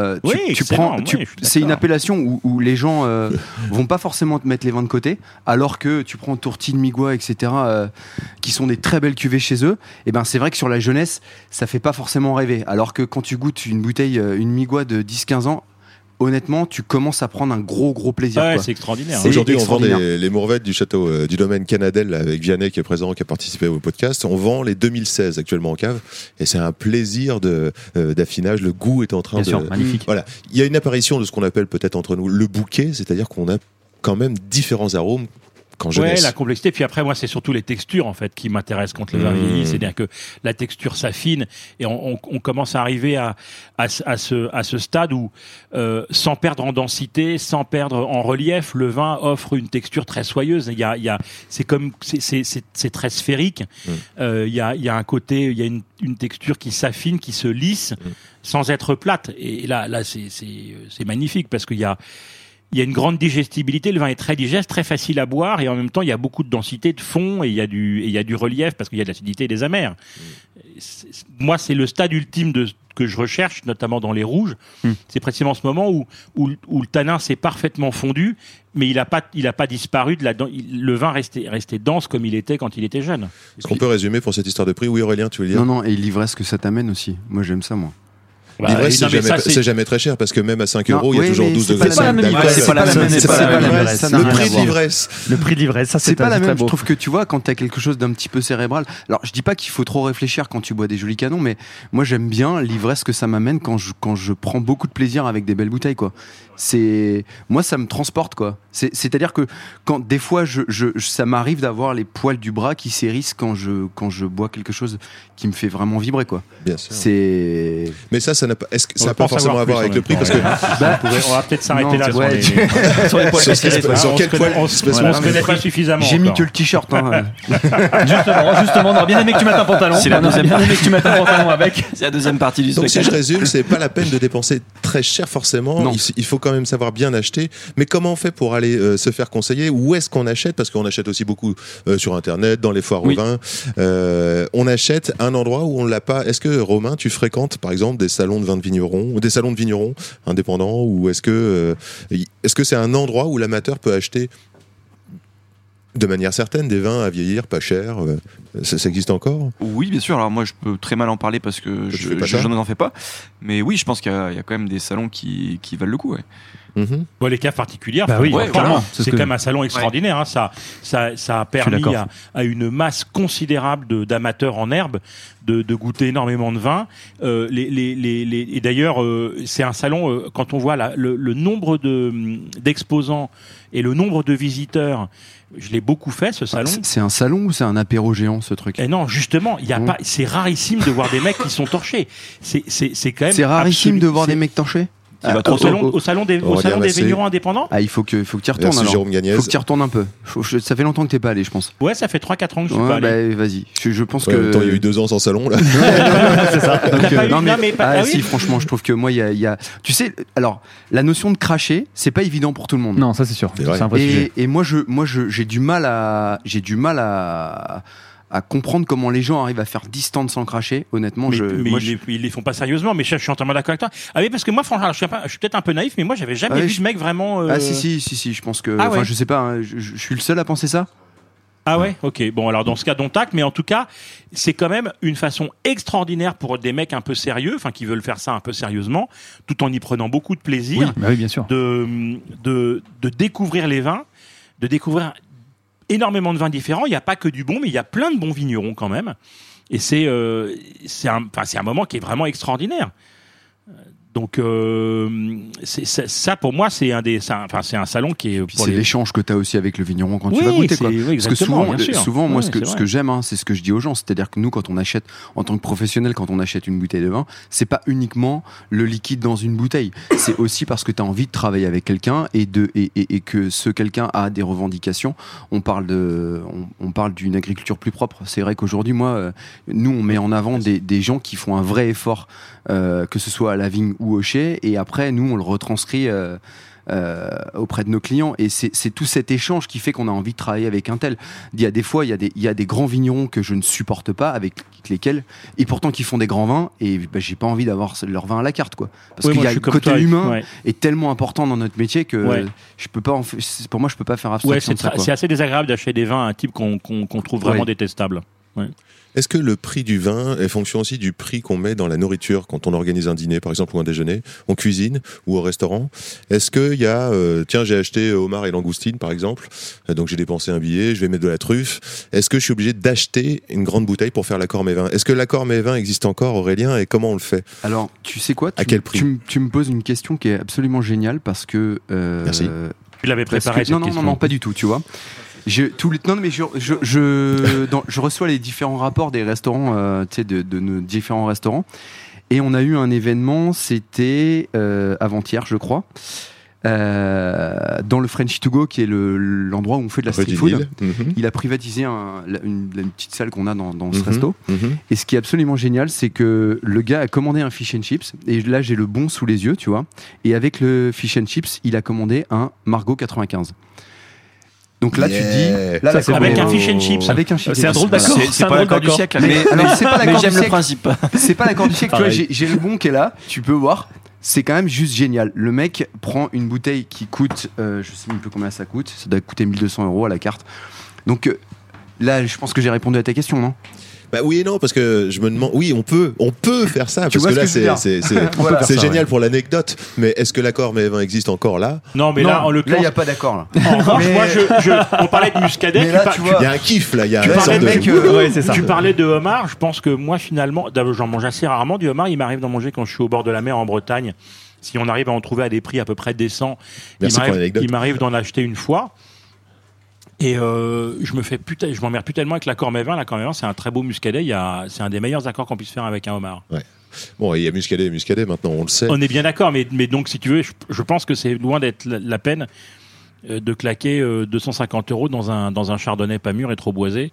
C'est une appellation où les gens vont pas forcément te mettre les vins de côté, alors que tu prends Tourtine, Migua, etc., qui sont des très belles cuvées chez eux. Et ben, c'est vrai que sur la jeunesse, ça fait pas forcément rêver. Alors que quand tu goûtes une bouteille, une Migua de 10-15 ans, honnêtement, tu commences à prendre un gros plaisir. Ouais, quoi. c'est extraordinaire. Aujourd'hui, on vend les Mourvèdres du château du domaine Canadel avec Vianney qui est présent, qui a participé au podcast. On vend les 2016 actuellement en cave et c'est un plaisir d'affinage. Le goût est en train Bien sûr, magnifique. Voilà. Il y a une apparition de ce qu'on appelle peut-être entre nous le bouquet, c'est-à-dire qu'on a quand même différents arômes. Ouais, la complexité. Puis après, moi, c'est surtout les textures en fait qui m'intéressent quand le vin vieillit. C'est-à-dire que la texture s'affine et on commence à arriver à ce stade où, sans perdre en densité, sans perdre en relief, le vin offre une texture très soyeuse. C'est très sphérique. Il y a un côté, il y a une texture qui s'affine, qui se lisse, sans être plate. Et là, c'est magnifique parce qu'il y a une grande digestibilité, le vin est très digeste, très facile à boire, et en même temps, il y a beaucoup de densité de fond, et il y a du relief, parce qu'il y a de l'acidité et des amers. Moi, c'est le stade ultime que je recherche, notamment dans les rouges. C'est précisément ce moment où le tanin s'est parfaitement fondu, mais il a pas disparu le vin restait dense comme il était quand il était jeune. Est-ce qu'on peut résumer pour cette histoire de prix ? Oui, Aurélien, tu veux dire ? Non, et l'ivresse que ça t'amène aussi. Moi, j'aime ça, moi. L'ivresse, c'est jamais très cher parce que même à 5 euros, il y a toujours 12 degrés. C'est pas la même ivresse. Le prix de l'ivresse. Le prix de l'ivresse, ça c'est pas la même. Je trouve que tu vois, quand t'as quelque chose d'un petit peu cérébral. Alors, je dis pas qu'il faut trop réfléchir quand tu bois des jolis canons, mais moi j'aime bien l'ivresse que ça m'amène quand je prends beaucoup de plaisir avec des belles bouteilles, quoi. Moi, ça me transporte, quoi. C'est-à-dire que quand des fois, ça m'arrive d'avoir les poils du bras qui s'hérissent quand je bois quelque chose qui me fait vraiment vibrer, quoi. Bien sûr. Mais ça n'a pas. Est-ce que ça n'a pas forcément à voir avec le prix parce que on va peut-être s'arrêter là sur les poils. Sur quel poil ? On se connaît pas suffisamment. J'ai mis que le t-shirt. Justement, on aurait bien aimé que tu mettes un pantalon. C'est la deuxième partie. Que tu mettes un pantalon avec. C'est la deuxième partie du Donc spectacle. si je résume, c'est pas la peine de dépenser très cher forcément. Non. Il faut quand même savoir bien acheter. Mais comment on fait pour aller se faire conseiller ? Où est-ce qu'on achète ? Parce qu'on achète aussi beaucoup sur Internet, dans les foires au vin. On achète un endroit où on l'a pas. Est-ce que Romain, tu fréquentes par exemple des salons de vins de vignerons ou des salons de vignerons indépendants, ou est-ce que c'est un endroit où l'amateur peut acheter de manière certaine des vins à vieillir pas cher? Ça existe encore? Oui, bien sûr. Alors moi, je peux très mal en parler parce que je n'en fais pas. Mais oui, je pense qu'il y a quand même des salons qui valent le coup. Ouais. Bon, les caves particulières, clairement. C'est quand même un salon extraordinaire. Hein. Ça a permis à une masse considérable d'amateurs en herbe de goûter énormément de vin. Et d'ailleurs, c'est un salon, quand on voit le nombre d'exposants et le nombre de visiteurs, je l'ai beaucoup fait, ce salon. C'est un salon ou c'est un apéro géant, ce truc? Et non, justement, c'est rarissime de voir des mecs qui sont torchés. C'est quand même. C'est rarissime de voir des mecs torchés? Au salon des vignerons indépendants. Ah, il faut que tu y retournes. Merci, alors. Jérôme Gagnès. Faut que tu y retournes un peu. Ça fait longtemps que t'es pas allé, je pense. Ouais, ça fait 3-4 ans que je suis pas allé. Vas-y. Je pense que. Attends, il y a eu 2 ans sans salon là. C'est ça. Donc, oui. Si, franchement, je trouve que moi, il y a. Tu sais, alors la notion de cracher, c'est pas évident pour tout le monde. Non, ça c'est sûr. C'est un vrai sujet. Et moi, j'ai du mal à comprendre comment les gens arrivent à faire 10 stands sans cracher. Honnêtement, ils les font pas sérieusement. Mais je suis entièrement d'accord avec toi. Ah oui, parce que moi, franchement, je suis peut-être un peu naïf, mais moi, j'avais jamais vu ce mec vraiment. Ah si, je pense que. Enfin, je sais pas. Hein, je suis le seul à penser ça. Ah ouais, ok. Bon, alors dans ce cas, dont acte, mais en tout cas, c'est quand même une façon extraordinaire pour des mecs un peu sérieux, enfin qui veulent faire ça un peu sérieusement, tout en y prenant beaucoup de plaisir. Oui, bien sûr. De découvrir les vins, de découvrir énormément de vins différents. Il n'y a pas que du bon, mais il y a plein de bons vignerons quand même. Et c'est un moment qui est vraiment extraordinaire. Donc ça pour moi c'est c'est un salon qui est. C'est l'échange que tu as aussi avec le vigneron quand tu vas goûter. Quoi. Oui, parce que souvent moi ce que j'aime, c'est ce que je dis aux gens, c'est-à-dire que nous quand on achète en tant que professionnel, quand on achète une bouteille de vin, c'est pas uniquement le liquide dans une bouteille, c'est aussi parce que tu as envie de travailler avec quelqu'un et que ce quelqu'un a des revendications. On parle d'une agriculture plus propre. C'est vrai qu'aujourd'hui nous on met en avant des gens qui font un vrai effort, que ce soit à la vigne ou au chai, et après nous on le retranscrit auprès de nos clients, et c'est tout cet échange qui fait qu'on a envie de travailler avec un tel. Il y a des fois il y a des grands vignerons que je ne supporte pas, avec lesquels, et pourtant qui font des grands vins, et j'ai pas envie d'avoir leur vin à la carte, quoi, parce qu'il y a le côté humain est tellement important dans notre métier que je peux pas pour moi je peux pas faire abstraction de ça, quoi. C'est assez désagréable d'acheter des vins à un type qu'on trouve vraiment détestable. Est-ce que le prix du vin est fonction aussi du prix qu'on met dans la nourriture quand on organise un dîner, par exemple, ou un déjeuner, en cuisine ou au restaurant? Est-ce qu'il y a, tiens, j'ai acheté homard et langoustine, par exemple, donc j'ai dépensé un billet, je vais mettre de la truffe. Est-ce que je suis obligé d'acheter une grande bouteille pour faire l'accord mets vin? Est-ce que l'accord mets vin existe encore, Aurélien, et comment on le fait? Alors, tu sais quoi? À quel prix? Tu me poses une question qui est absolument géniale parce que... Merci. Tu l'avais préparé cette question. Non, pas du tout, tu vois. Je reçois les différents rapports des restaurants, de nos différents restaurants, et on a eu un événement, c'était avant-hier, je crois, dans le Frenchy to Go, qui est l'endroit où on fait de la street food. Il a privatisé une petite salle qu'on a dans ce resto. Et ce qui est absolument génial, c'est que le gars a commandé un fish and chips, et là j'ai le bon sous les yeux, tu vois, et avec le fish and chips, il a commandé un Margaux 95. Donc là, tu dis, là, avec un fish and chips. Avec un fish and chips. C'est un drôle d'accord. C'est pas l'accord du siècle. Mais c'est pas l'accord du siècle. J'aime le principe. C'est pas l'accord du siècle. Tu vois, j'ai le bon qui est là. Tu peux voir. C'est quand même juste génial. Le mec prend une bouteille qui coûte, je sais même plus combien ça coûte. Ça doit coûter 1 200 € à la carte. Donc là, je pense que j'ai répondu à ta question, non? Bah oui et non, parce que je me demande, oui, on peut faire ça, parce que là c'est génial pour l'anecdote, mais est-ce que l'accord mets vin existe encore là? Non, mais là, en l'occurrence, il n'y a pas d'accord là. En revanche, on parlait de muscadet, il y a un kiff là, il y a un sorte de... Tu parlais de homard, je pense que moi finalement, j'en mange assez rarement du homard, il m'arrive d'en manger quand je suis au bord de la mer en Bretagne, si on arrive à en trouver à des prix à peu près décents. Il m'arrive d'en acheter une fois. Et je m'emmerde plus tellement avec l'accord mets vin. L'accord mets vin, c'est un très beau muscadet. C'est un des meilleurs accords qu'on puisse faire avec un homard. Ouais. Bon, il y a muscadet et muscadet maintenant, on le sait. On est bien d'accord, mais donc si tu veux, je pense que c'est loin d'être la peine de claquer 250 € dans un chardonnay pas mûr et trop boisé,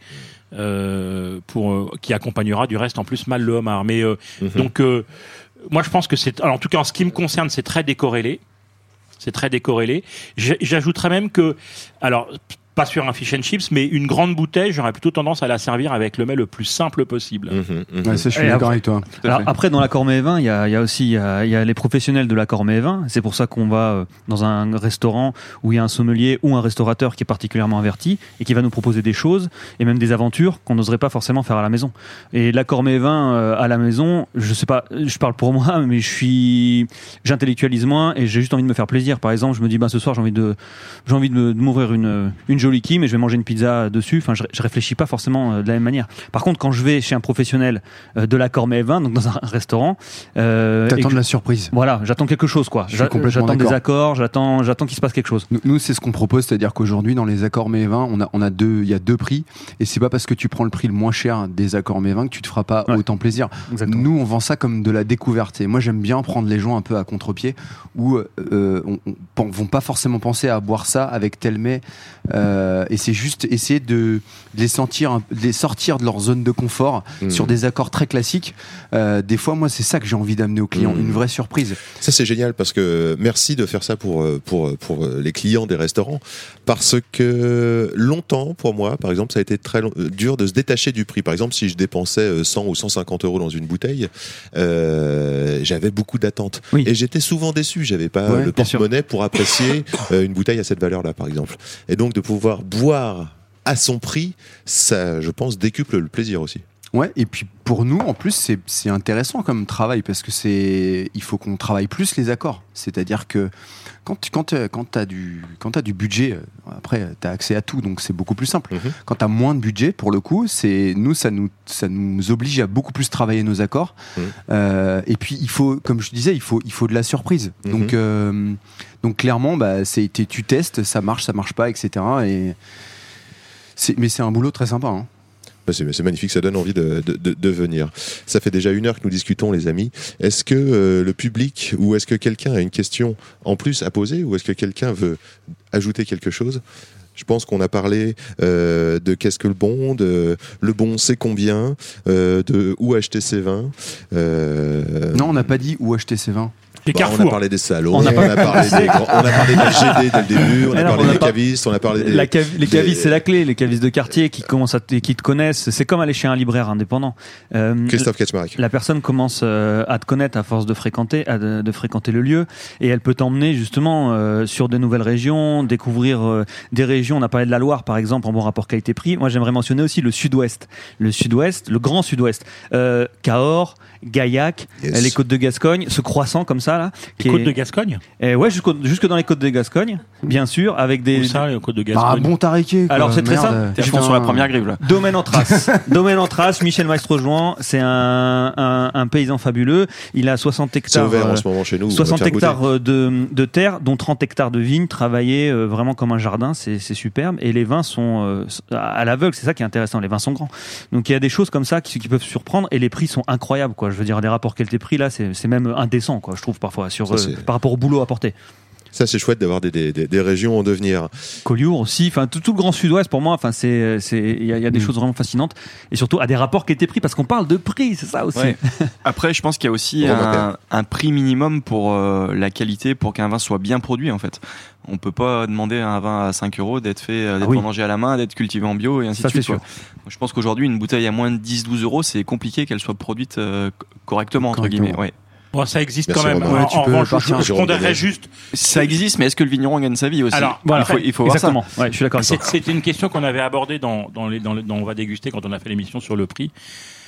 qui accompagnera du reste en plus mal le homard. Mais donc moi je pense que en tout cas en ce qui me concerne, c'est très décorrélé. C'est très décorrélé. J'ajouterais même que, alors, pas sur un fish and chips, mais une grande bouteille, j'aurais plutôt tendance à la servir avec le mets le plus simple possible. Ouais, ça, je suis d'accord avec toi. Alors, après, dans l'accord mets vin, il y a aussi les professionnels de l'accord mets vin. C'est pour ça qu'on va dans un restaurant où il y a un sommelier ou un restaurateur qui est particulièrement averti et qui va nous proposer des choses et même des aventures qu'on n'oserait pas forcément faire à la maison. Et l'accord mets vin à la maison, je sais pas, je parle pour moi, mais j'intellectualise moins et j'ai juste envie de me faire plaisir. Par exemple, je me dis, ce soir, j'ai envie de m'ouvrir une jolie qui, mais je vais manger une pizza dessus. Enfin, je réfléchis pas forcément de la même manière. Par contre, quand je vais chez un professionnel de l'accord mets vin, donc dans un restaurant, t'attends de la surprise. Voilà, j'attends quelque chose, quoi. J'attends des accords, j'attends qu'il se passe quelque chose. Nous, c'est ce qu'on propose, c'est-à-dire qu'aujourd'hui, dans les accords mets vin, il y a deux prix, et c'est pas parce que tu prends le prix le moins cher des accords mets vin que tu te feras pas autant plaisir. Exactement. Nous, on vend ça comme de la découverte. Et moi, j'aime bien prendre les gens un peu à contre-pied, où vont pas forcément penser à boire ça avec tel mets. Et c'est juste essayer de les sortir de leur zone de confort sur des accords très classiques. Des fois, moi, c'est ça que j'ai envie d'amener aux clients, une vraie surprise. Ça, c'est génial parce que merci de faire ça pour les clients des restaurants, parce que longtemps, pour moi, par exemple, ça a été très dur de se détacher du prix. Par exemple, si je dépensais 100 ou 150 € dans une bouteille, j'avais beaucoup d'attentes. Oui. Et j'étais souvent déçu. J'avais pas le porte-monnaie pour apprécier une bouteille à cette valeur-là, par exemple. Et donc, de pouvoir boire à son prix, ça, je pense, décuple le plaisir aussi. Ouais, et puis pour nous, en plus, c'est intéressant comme travail parce que il faut qu'on travaille plus les accords. C'est-à-dire que quand t'as du budget, après t'as accès à tout, donc c'est beaucoup plus simple. Quand t'as moins de budget, pour le coup, ça nous oblige à beaucoup plus travailler nos accords. Et puis il faut, comme je disais, il faut de la surprise. Donc clairement, tu testes, ça marche pas, etc. Mais c'est un boulot très sympa. Hein. C'est magnifique, ça donne envie de venir. Ça fait déjà 1 heure que nous discutons, les amis. Est-ce que le public ou est-ce que quelqu'un a une question en plus à poser ou est-ce que quelqu'un veut ajouter quelque chose ? Je pense qu'on a parlé de qu'est-ce que le bon, le bon c'est combien, de où acheter ses vins. Non, on n'a pas dit où acheter ses vins. On a parlé des salons, on a parlé des GD dès le début, on a parlé des cavistes, on a parlé les cavistes, c'est la clé. Les cavistes de quartier qui te connaissent, c'est comme aller chez un libraire indépendant. Christophe Kaczmarek. La personne commence à te connaître à force de fréquenter le lieu, et elle peut t'emmener justement sur de nouvelles régions, découvrir des régions. On a parlé de la Loire par exemple en bon rapport qualité-prix. Moi j'aimerais mentionner aussi le Sud-Ouest, le Grand Sud-Ouest, Cahors, Gaillac, les Côtes de Gascogne, ce croissant comme ça là. Les Côtes de Gascogne. Ouais, jusque dans les Côtes de Gascogne, bien sûr, avec des. Où ça, les Côtes de Gascogne. Bon tariqué. Alors c'est très simple. T'es sur la première grille là. Domaine en trace, Michel Maestro-Jouan, c'est un paysan fabuleux. Il a 60 hectares. C'est ouvert en ce moment chez nous. 60 hectares de terre, dont 30 hectares de vignes, travaillés vraiment comme un jardin, c'est superbe. Et les vins sont à l'aveugle, c'est ça qui est intéressant. Les vins sont grands. Donc il y a des choses comme ça qui peuvent surprendre et les prix sont incroyables, quoi. Je veux dire, des rapports qualité-prix là, c'est même indécent, quoi. Je trouve parfois par rapport au boulot apporté. Ça, c'est chouette d'avoir des régions en devenir. Collioure aussi, enfin tout le Grand Sud-Ouest pour moi, enfin il y a des choses vraiment fascinantes et surtout à des rapports qui étaient pris parce qu'on parle de prix, c'est ça aussi. Ouais. Après, je pense qu'il y a aussi un prix minimum pour la qualité, pour qu'un vin soit bien produit en fait. On peut pas demander à un vin à 5 € d'être mangé à la main, d'être cultivé en bio et ainsi de suite. Sûr. Je pense qu'aujourd'hui, une bouteille à moins de 10-12 €, c'est compliqué qu'elle soit produite correctement entre guillemets. Ouais. Bon, ça existe quand même. Ouais, en revanche, je pondérerais juste. Ça existe, mais est-ce que le vigneron gagne sa vie aussi ? Alors, voilà, il faut voir ça. Ouais, je suis d'accord. C'était une question qu'on avait abordée dans On va déguster quand on a fait l'émission sur le prix.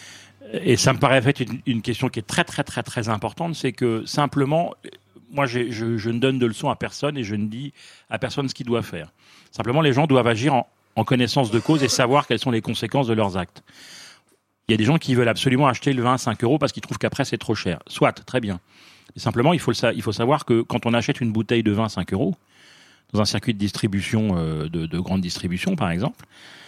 Et ça me paraît en fait une question qui est très très très très importante, c'est que simplement, moi je ne donne de leçons à personne et je ne dis à personne ce qu'il doit faire. Simplement, les gens doivent agir en connaissance de cause et savoir quelles sont les conséquences de leurs actes. Il y a des gens qui veulent absolument acheter le vin à 5 € parce qu'ils trouvent qu'après c'est trop cher. Soit, très bien. Et simplement, il faut savoir que quand on achète une bouteille de vin à 5 € dans un circuit de distribution, de grande distribution par exemple,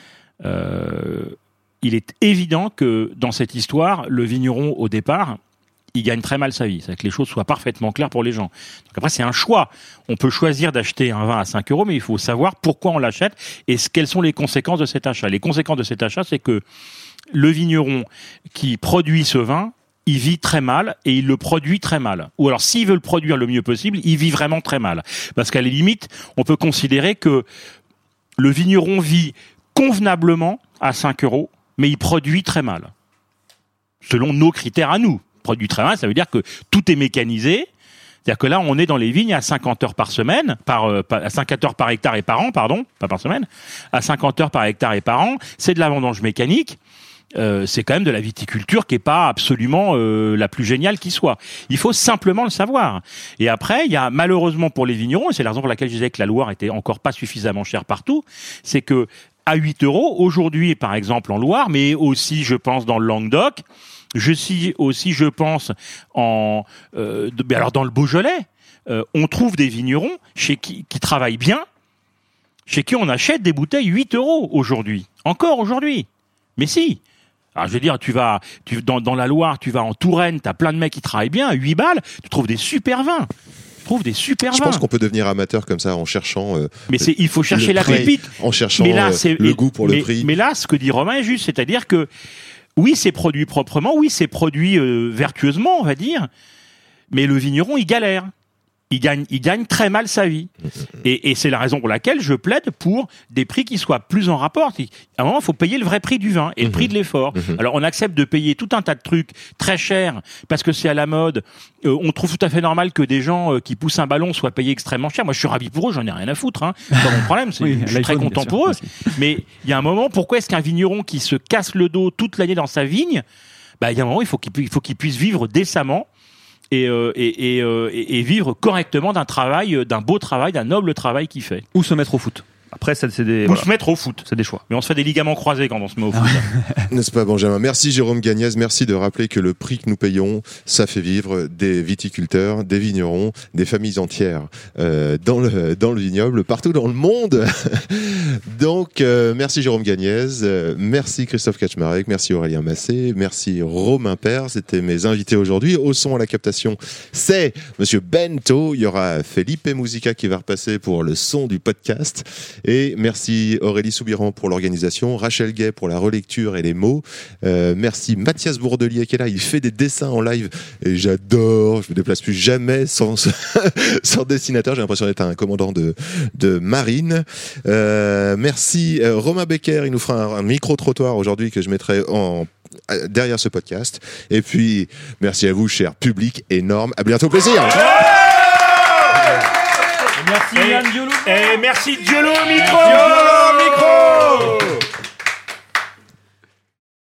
il est évident que dans cette histoire, le vigneron au départ, il gagne très mal sa vie. C'est que les choses soient parfaitement claires pour les gens. Donc après, c'est un choix. On peut choisir d'acheter un vin à 5 €, mais il faut savoir pourquoi on l'achète et quelles sont les conséquences de cet achat. Les conséquences de cet achat, c'est que le vigneron qui produit ce vin, il vit très mal et il le produit très mal. Ou alors, s'il veut le produire le mieux possible, il vit vraiment très mal. Parce qu'à la limite, on peut considérer que le vigneron vit convenablement à 5 €, mais il produit très mal. Selon nos critères à nous. Produit très mal, ça veut dire que tout est mécanisé. C'est-à-dire que là, on est dans les vignes à 50 heures par semaine, à 50 heures par hectare et par an, pardon, pas par semaine, à 50 heures par hectare et par an. C'est de la vendange mécanique. C'est quand même de la viticulture qui est pas absolument la plus géniale qui soit. Il faut simplement le savoir. Et après, il y a malheureusement pour les vignerons, et c'est la raison pour laquelle je disais que la Loire était encore pas suffisamment chère partout, c'est que à 8 € aujourd'hui, par exemple en Loire, mais aussi je pense dans le Languedoc, je pense alors dans le Beaujolais, on trouve des vignerons qui travaillent bien, chez qui on achète des bouteilles 8 € aujourd'hui, encore aujourd'hui. Mais si. Alors je veux dire, dans la Loire, tu vas en Touraine, t'as plein de mecs qui travaillent bien, à 8 balles, tu trouves des super vins. Je pense qu'on peut devenir amateur comme ça en cherchant. Mais il faut chercher la pépite. En cherchant le goût pour le prix. Mais là, ce que dit Romain est juste, c'est-à-dire que oui, c'est produit proprement, oui, c'est produit vertueusement, on va dire, mais le vigneron, il galère. il gagne très mal sa vie. Et c'est la raison pour laquelle je plaide pour des prix qui soient plus en rapport. À un moment, il faut payer le vrai prix du vin et le prix de l'effort. Alors, on accepte de payer tout un tas de trucs très chers parce que c'est à la mode. On trouve tout à fait normal que des gens qui poussent un ballon soient payés extrêmement cher. Moi, je suis ravi pour eux, j'en ai rien à foutre. Hein. C'est pas mon problème, je suis très content pour eux. Mais il y a un moment, pourquoi est-ce qu'un vigneron qui se casse le dos toute l'année dans sa vigne, il y a un moment, il faut qu'il puisse vivre décemment. Et vivre correctement d'un beau travail, d'un noble travail qu'il fait. Ou se mettre au foot. Après, c'est des. Ou se mettre au foot. C'est des choix. Mais on se fait des ligaments croisés quand on se met au foot. N'est-ce pas, Benjamin? Merci, Jérôme Gagnez. Merci de rappeler que le prix que nous payons, ça fait vivre des viticulteurs, des vignerons, des familles entières dans le vignoble, partout dans le monde. Donc, merci, Jérôme Gagnez. Merci, Christophe Kaczmarek. Merci, Aurélien Massé. Merci, Romain Père. C'était mes invités aujourd'hui. Au son, à la captation, c'est Monsieur Bento. Il y aura Felipe Musica qui va repasser pour le son du podcast. Et merci Aurélie Soubiran pour l'organisation, Rachel Gay pour la relecture et les mots. Merci Mathias Bourdelier qui est là, il fait des dessins en live et j'adore, je me déplace plus jamais sans dessinateur, j'ai l'impression d'être un commandant de marine. Merci Romain Becker, il nous fera un micro-trottoir aujourd'hui que je mettrai derrière ce podcast. Et puis merci à vous, cher public énorme, à bientôt, plaisir. Merci Yann Diolo. Et merci Diolo au micro.